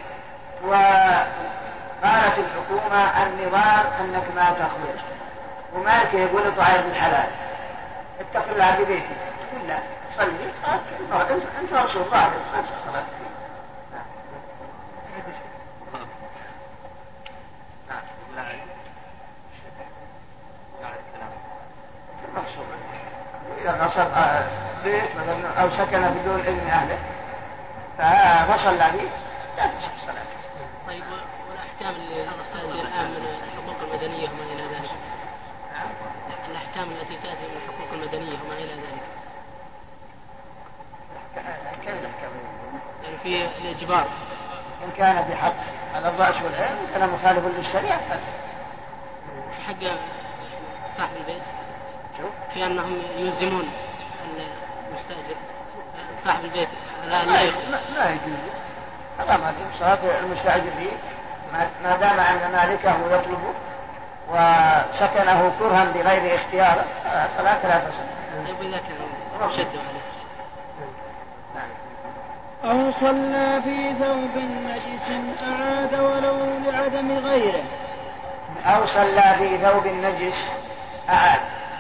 وقالت الحكومة النظام أنك ما تخرج ومالك يقول اطلع بالحلال اتق الله ببيتك تقول لا صلي انت انت رسول الله عليه خمس صلاه. إذا غصب بيت أو سكن بدون إذن أهله فوصل به لا تصح صلاته. طيب والأحكام اللي تأتي الآن من الحقوق المدنية وما إلى ذلك؟ الأحكام التي تأتي من الحقوق المدنية وما إلى ذلك؟ كيف الأحكام؟ يعني في الإجبار إن كان بحق على الرأس والعين كان مخالف للشريعة في حق صاحب البيت في أنهم يلزمون المستأجر صاحب البيت لا لا لا يجوز حرام عليه صلاة المستأجر فيه ما دام أن مالكه يطلبه وسكنه كرها بغير اختياره صلاة لا تصح. طيب إذا كان شد عليه أو صلى في ثوب نجس أعاد ولو لعدم غيره. أو صلى في ثوب نجس أعاد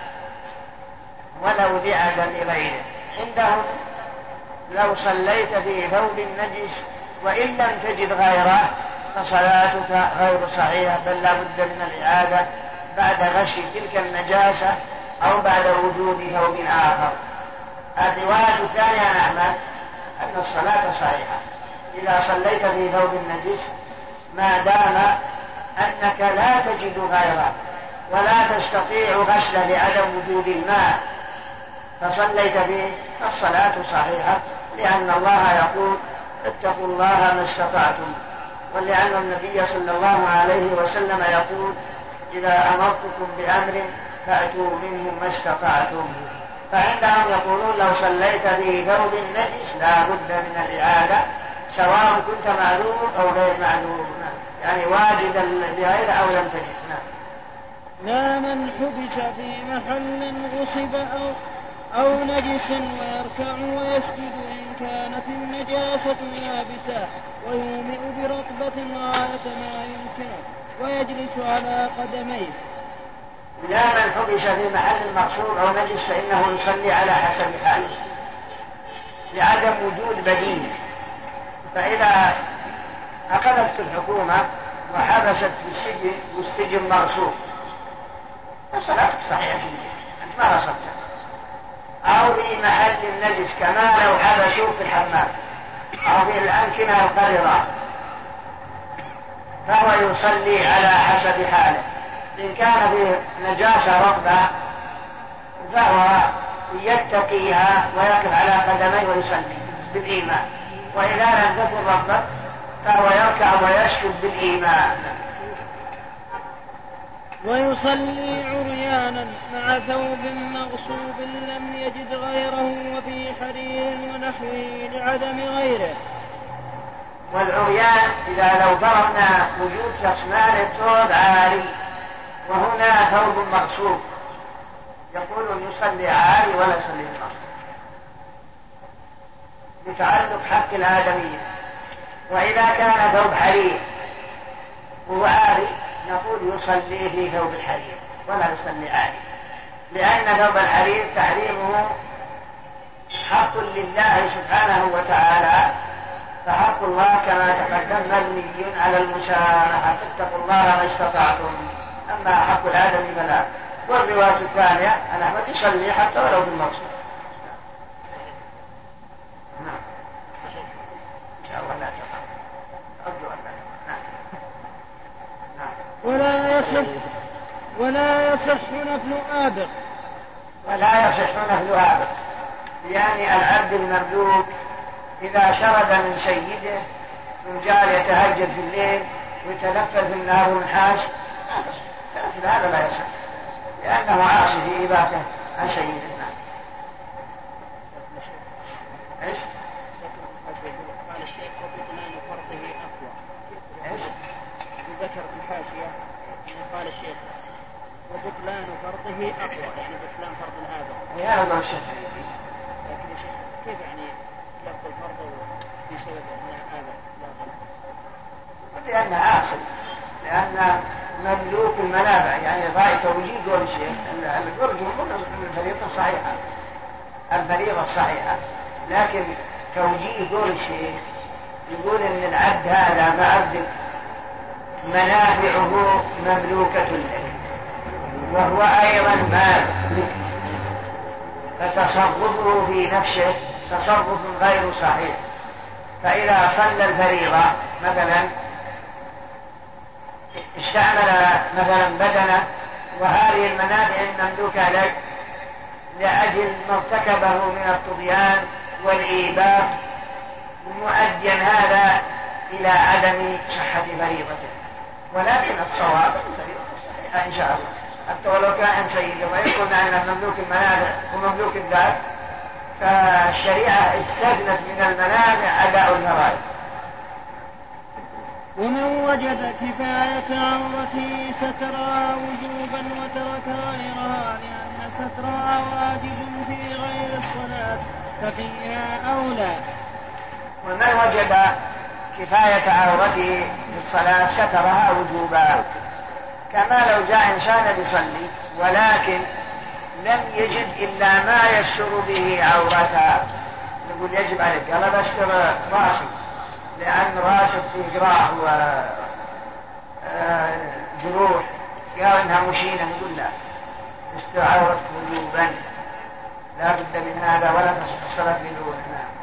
ولو لعدم غيره. عندهم لو صليت في ثوب نجس وإن لم تجد غيره فصلاتك غير صحيحة بل لا بد من الإعادة بعد غش تلك النجاسة أو بعد وجود ثوب آخر. الرواية الثانية عن أحمد أن الصلاة صحيحة إذا صليت في ثوب النجس ما دام أنك لا تجد غيره ولا تستطيع غسله لعدم وجود الماء فصليت به فالصلاة صحيحة لأن الله يقول اتقوا الله ما استطعتم ولأن النبي صلى الله عليه وسلم يقول إذا أمرتكم بأمر فأتوا منه ما استطعتم. فعندهم يقولون لو صليت به ثوب النجس لا بد من الإعادة سواء كنت معذور أو غير معذور يعني واجدا بغير أو لم تجد. لا من حبس في محل غصب أو, أو نجس ويركع ويسجد إن كانت النجاسة يابسة ويومئ برطبة غاية ما يمكن ويجلس على قدميه. لا من حبس في محل مغصوب أو نجس فإنه يصلي على حسب حاله لعدم وجود بديل. فإذا أخذت الحكومة وحبست في السجن والسجن مغصوب فصلاتك صحيحة في البيت أنت ما غصبت. أو في محل النجس كما لو حبسوه في الحمام أو في الأمكنة القذرة فهو يصلي على حسب حاله. إن كان فيه نجاسة رطبة فهو يتقيها ويقف على قدميه ويصلي بالإيمان، وإذا لم تكن رغبة فهو يركع ويسجد بالإيمان. ويصلي عريانا مع ثوب مغصوب لم يجد غيره وفي حرير ونحوه لعدم غيره. والعريان إذا لو فرضنا وجود شخص مال الثوب عالي وهنا ثوب مغصوب، يقول يصلي عالي ولا يصلي مغصوب لتعلق حق الآدمية. وإذا كان ثوب حرير وهو عالي نقول يصلي في ثوب الحرير ولا يصلي عالي، لأن ثوب الحرير تحريمه حق لله سبحانه وتعالى، فحق الله كما تقدم مبني على المسامحة، فاتقوا الله ما استطعتم. أما حق الآدمي فلا. والرواية الثانية أن أحمد يصلي حتى ولو بالمقصود. نعم إن شاء الله لا تقع، أرجو أن لا تقع. نعم. ولا يصح ولا يصح نفل آبق ولا يصح نفل آبق، يعني العبد المملوك إذا شرد من سيده وجعل يتهجد في الليل ويتنفل في النهار والنحاس فمثل هذا لا يصح، لأنه عاصي في إباحته عن سيد الناس. إيش؟ قال الشيخ وبطلان فرضه أقوى. إيش؟ ذكر في الحاشية قال الشيخ وبطلان فرضه أقوى، يعني بطلان فرض الآباء. يا الله الشيخ. لكن الشيخ كيف يعني يبطل فرضه بسبب أن الآباء لا غلط؟ لأنه عاصي، لأن مملوك المنابع، يعني رأي توجيه قول الشيخ القول جمهور من الفريضة الصحيحة الفريضة الصحيحة، لكن توجيه قول الشيخ يقول إن العبد هذا معبد منافعه مملوكة لك وهو أيضا مال لك، فتصرفه في نفسه تصرف غير صحيح. فإذا صلى الفريضة مثلا استعمل مثلا بدنه وهذه المنافع المملوكة لك لأجل ما ارتكبه من الطغيان والإيباق، مؤديا هذا إلى عدم صحة فريضته. ولكن الصواب الفريضة الصحيحة إن شاء الله، حتى ولو كان سيدا ويكون أن مملوك المنافع ومملوك الذات، فالشريعة استثنت من المنافع أداء الفرائض. ومن وجد كفاية عورته سترها وجوبا وترك غيرها لأن سترها واجب في غير الصلاة ففيها أولى. ومن وجد كفاية عورته في الصلاة سترها وجوبا، كما لو جاء إنسان يصلي ولكن لم يجد إلا ما يستر به عورته، نقول يجب عليك يلا بستر راسي لأن راسك فيه جراح وجروح قال إنها مشينة، نقول لا استر عورتك وجوبا لا بد من هذا ولا تصح الصلاة بدون.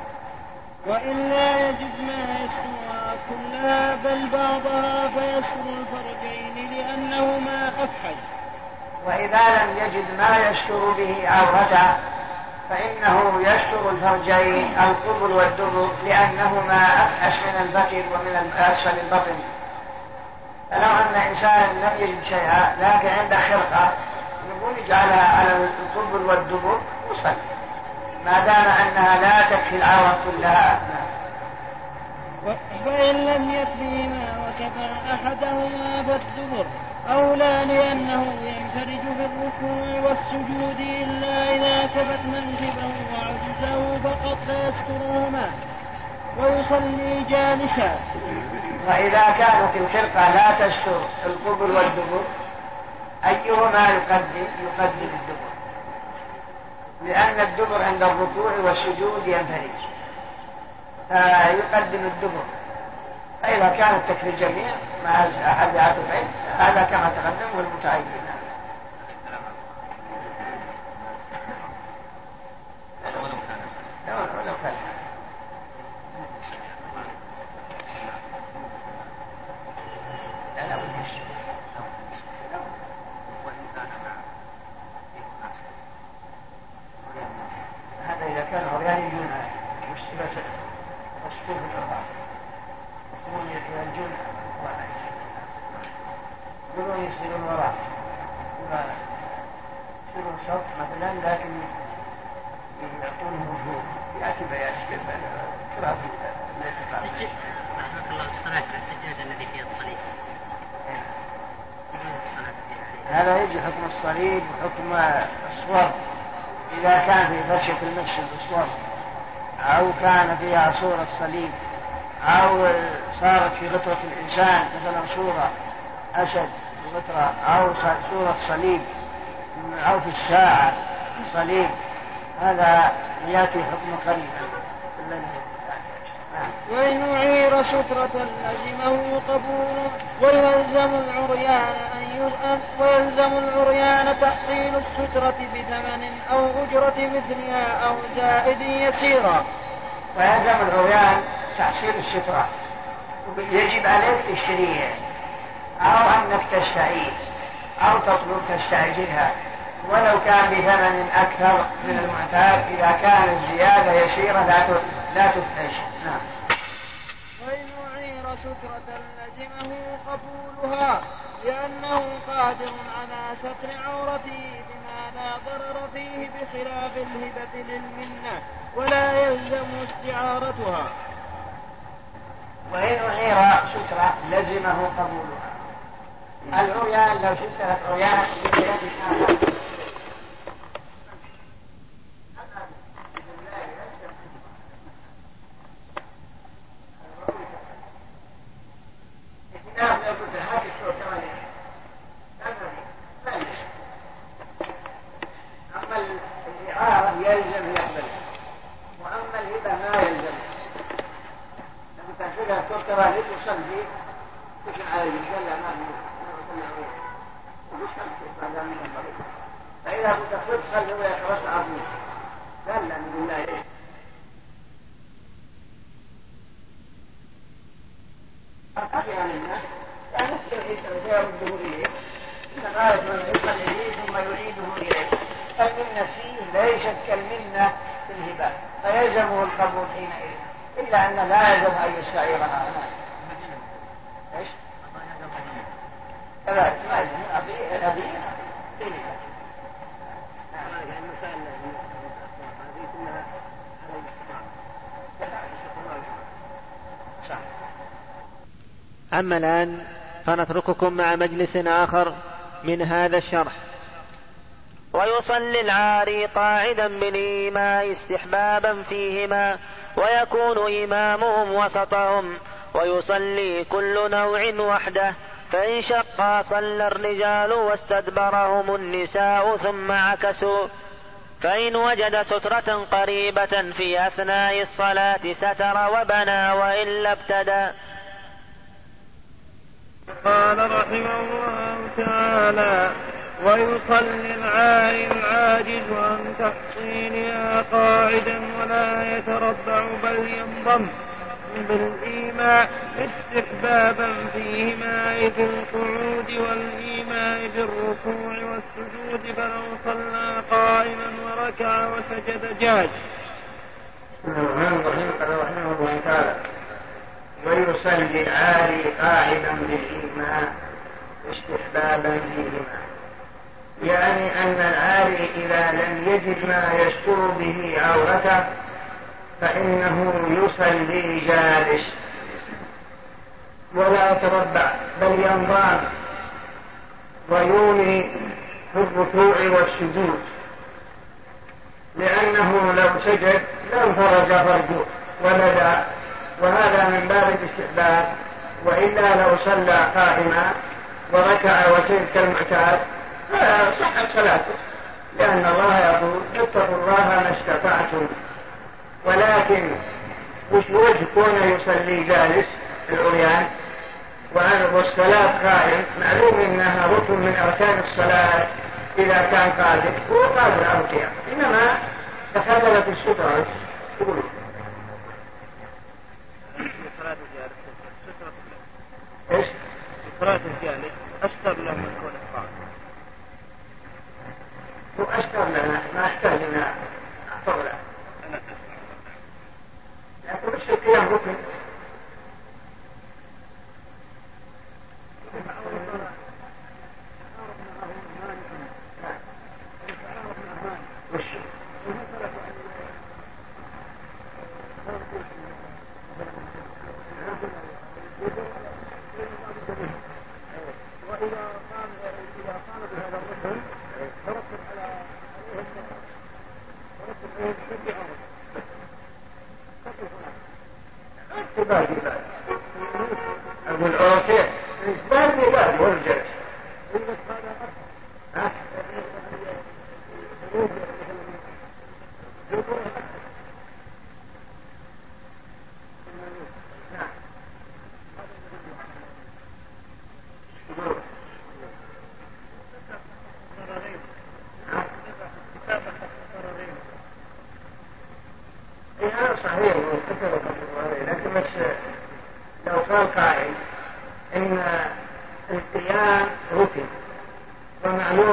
وإلا يجد ما يسترها كلها بل بعضها فيستر الفرجين لأنهما أفحج. وإذا لم يجد ما يستر به عورته فإنه يستر الفرجين القبل والدبر لأنهما أفحش من البكر ومن أسفل البطن. فلو أن إنسان لم يجد شيئا لكن عنده خرقة نقول اجعلها على القبل والدبر وصل ما دام أنها لا تكفي العورة كلها. فإن لم يكفيهما وكفى أحدهما فالدبر أولى لأنه ينفرج في الركوع والسجود إلا إذا كفت منكبه وعجزه فقط فيسترهما ويصلي جالسا. وإذا كانت الخرقة لا تستر القبل والدبر أيهما يقدم؟ يقدم الدبر، لأن الدبر عند الركوع والسجود ينفرج فيقدم الدبر. فإذا كانت تكفي الجميع مع أحد العين هذا كما تقدم والمتعين. ولو كان شرط مثلا لكن يكون يأتي بيان كما في سجل رحمة الله الصلاة على السجادة الذي فيها الصليب هذا يجي حكم الصليب وحكم الصور إذا كان في فرشة المسجد الصور أو كان فيها صورة صليب أو صارت في غطرة الإنسان مثلا صورة أسد غطرة أو صورة صليب أو في الساعة صليب هذا يأتي حكم قريبا. وإن أعير سترة لزمه قبول ويلزم العريان أن يؤمن ويلزم العريان تحصيل السترة بثمن أو أجرة مثلها أو زائد يسيرا. ويلزم العريان تحصيل السترة يجب عليك تشتريها أو أنك تشتعيه أو تطلب تستأجرها ولو كان بثمن أكثر من المعتاد إذا كان الزيادة يسيرة لا تفتش. نعم. وإن أعير سترة لزمه قبولها لأنه قادر على ستر عورته بما لا ضرر فيه بخلاف الهبة للمنة ولا يلزم استعارتها. وإن أعير سترة لزمه قبولها. العريان لو شفت العريان أما الإعارة يلزم يقبلها وأما الهبة ما يلزم. لما تأخذها تذكرها لتصلي تكن على الجنة ما فإذا كنت تدخل هو يخرج عظيم لا لا من الله إيه أخي عن الناس يعني يرده إليه إن غاية من يصل إليه ثم يعيده إليه فالمنة فيه ليست كالمنة في الهبة فيلزمه القبول حينئذ إلا أن لا يلزم أن يستعيرها. إيش؟ كذلك ما يلزم الأبي الأبي المسائل هذه كلها صح. أما الآن فنترككم مع مجلس آخر من هذا الشرح. ويصلي العاري قاعدا بالإيماء استحبابا فيهما ويكون إمامهم وسطهم ويصلي كل نوع وحده فإن شقا صلى الرجال واستدبرهم النساء ثم عكسوا فإن وجد سترة قريبة في أثناء الصلاة ستر وبنى وإلا ابتدى. قال رحمه الله تعالى ويصلي العاري العاجز عن تحصيلها قاعدا ولا يتربع بل ينضم بالإيماء استحبابا فيهما أي في القعود والإيماء في الركوع والسجود فلو صلى قائما وركع وسجد جاز. رحمه الله تعالى ويصلي العاري قاعدا بالإيماء استحبابا فيهما يعني أن العاري إذا لم يجد ما يستر به عورته فإنه يصلي جالس ولا يتربع بل ينضم ويولي في الركوع والسجود لأنه لو سجد لانفرج فرجه ولدى وهذا من باب الاستحباب وإلا لو صلى قائما وركع وسجد كالمعتاد فصحت صلاته لأن الله يقول اتقوا الله ما استطعتم ولكن وش وجه كونه يصلي جالس العريان والصلاة قائم معلوم انها ركن من اركان الصلاة اذا كان قادر هو قادر على القيام انما تخللت السترة تقول ايش؟ صلاة الجالس أستر له من كون القائم هو أستر لنا ما أحتاج لنا أحفظ له لكن مش القيام ركن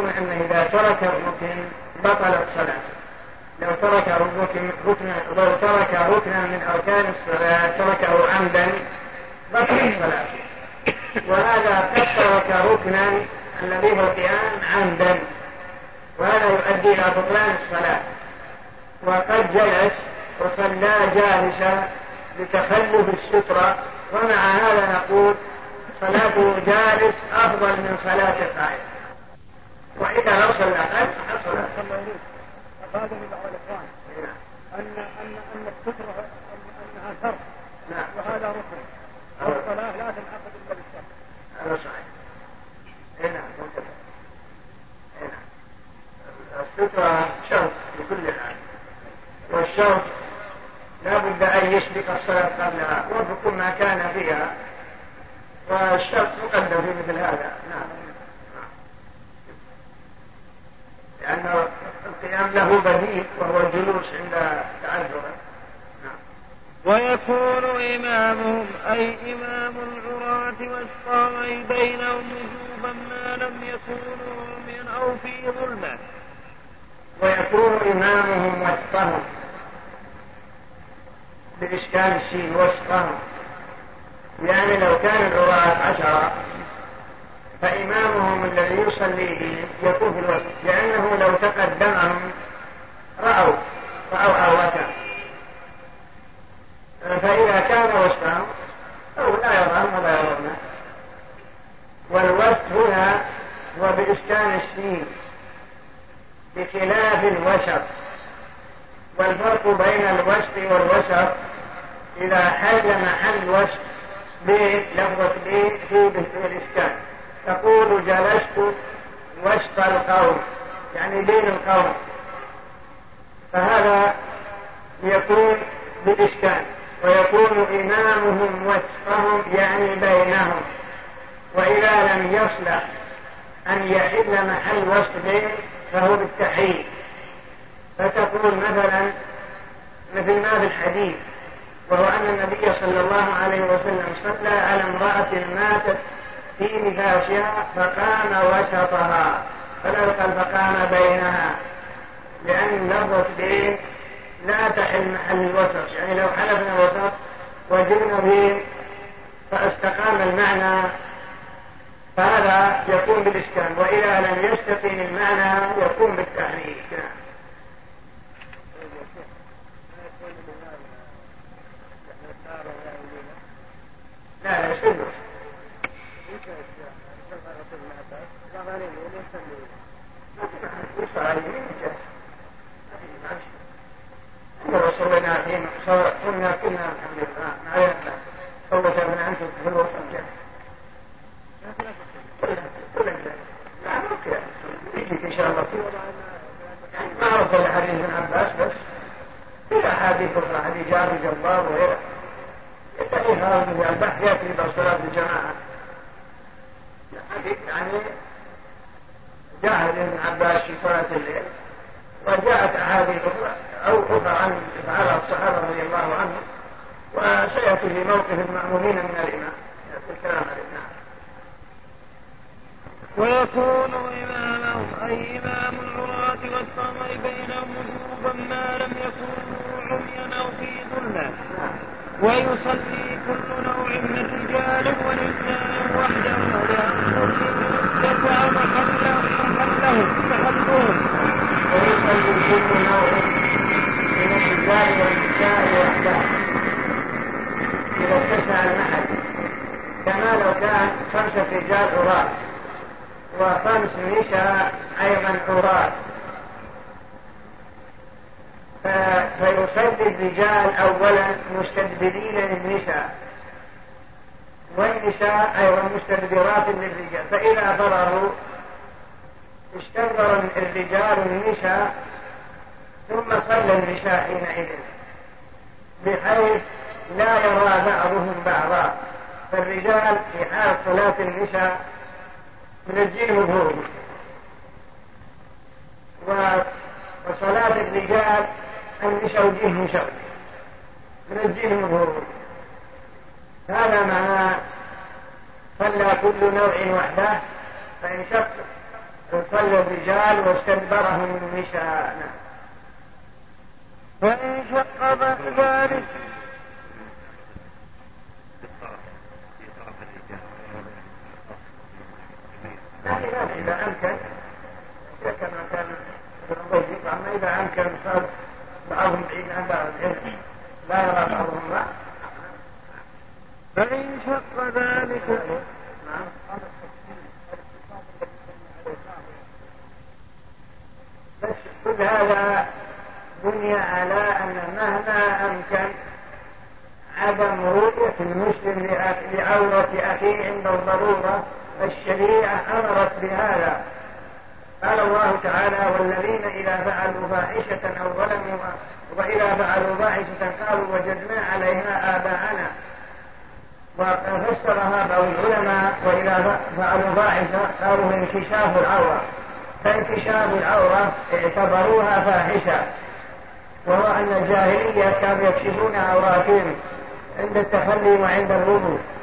يقولون أنه إذا ترك الركن بطلت صلاته. لو ترك ركن لو ترك ركنا من أركان الصلاة تركه عمدا بطلت صلاته، وهذا قد ترك ركنا الذي هو القيام عمدا، وهذا يؤدي إلى بطلان الصلاة. وقد جلس وصلى جالسا لتخلف السترة، ومع هذا نقول صلاته جالس أفضل من صلاة قائم، وإذا لو صلى قائم فحصل هذا من بعض الإخوان أن أن أن السترة أنها شرط وهذا ركن، الصلاة لا تنعقد إلا بالشرط. هذا صحيح. هنا السترة شرط بكل حال، والشرط لا بد أن يسبق الصلاة قبلها وفق ما كان فيها، والشرط مقدم في مثل هذا. نعم، لأن القيام له بديل وهو الجلوس عند تعذره. ويكون إمامهم أي إمام العراة والصامي بينهم وجوبا ما لم يكونوا من أو في ظلمة. ويكون إمامهم وسطهم بإشكال الشين وسطهم، يعني لو كان العراة عشرة فإمامهم الذي يصلي به يكون في الوسط، لأنه لو تقدمهم رأوا رأوا عورته، فإذا كان وسطهم أو لا يرهم ولا يرونه. والوسط هنا هو بإسكان السين بخلاف الوسط، والفرق بين الوسط والوسط إذا حل محل وسط بلفظة به في الإسكان تقول جلست وسط القوم، يعني بين القوم، فهذا يكون بالإسكان. ويكون إمامهم وسطهم يعني بينهم، وإذا لم يصلح أن يحل محل وسط بين فهو بالتحريم. فتقول مثلا مثل ما في الحديث، وهو أن النبي صلى الله عليه وسلم صلى على امرأة ماتت في نفاسها فقام وسطها، فلا يقال فقام بينها، لأن لفظة بين لا تحل محل الوسط، يعني لو حلفنا الوسط وجبنا به فاستقام المعنى فهذا يكون بالإسكان، وإذا لم يستقيم المعنى يكون بالتحريك. لا لا يسلم وصلنا فيهم كنا كنا الحمد لله معنا صوت من أنتم في الوسط إن شاء الله ما أعرف الحديث من عباس بس في أحاديث أخرى حديث جابر جبار وغيره يتقي هذا من البحث يأتي بصلاة الجماعة، يعني جاء ابن عباس في صلاة الليل، وجاءت أحاديث أخرى أو أخرى عن فعلها الصحابة رضي الله عنهم، وسيأتي في موقف المأمومين من الإمام يأتي الكلام عليه. ويكون إمامهم أي إمام العراة والصامي بينهم وجوبا ما لم يكونوا عميا أو في ظلمة. ويصلي كل نوع من رجال ونساء وحده لأن يدفع محلهم محلهم. ويصلي كل نوع من الرجال والنساء وحده إذا اتسع المحل، كما لو كان خمسة رجال عراة وخمس نساء أيضا عراة، فيصلي الرجال أولا مستدبرين للنساء، والنساء أيضا مستدبرات للرجال، فإذا فرغوا استنظر الرجال النساء ثم صلى النساء حينئذ بحيث لا يرى بعضهم بعضا، فالرجال في حال صلاة النساء منجيهم ظهورهم، وصلاة الرجال النساء وجيههم شر منجيهم ظهورهم. هذا معنى صلى كل نوع وحده، فإن شق صلى الرجال واستدبرهم النساء. فإن شق ذلك إذا أمكن كما كان أما إذا أمكن صار بعضهم بعيد عن بعض لا يرى بعضهم لا. فإن شق ذلك بس كل هذا بني على أن مهما أمكن عدم رؤية المسلم لعورة أخيه عند الضرورة، الشريعة أمرت بهذا. قال الله تعالى: والذين إذا فعلوا فاحشة أو ظلموا وإذا فعلوا فاحشة قالوا وجدنا عليها آباءنا. وفسرها بعض العلماء: وإذا فعلوا فاحشة قالوا انكشاف العورة، فانكشاف العورة اعتبروها فاحشة، وهو أن الجاهلية كانوا يكشفون عوراتهم عند التخلي وعند الوضوء.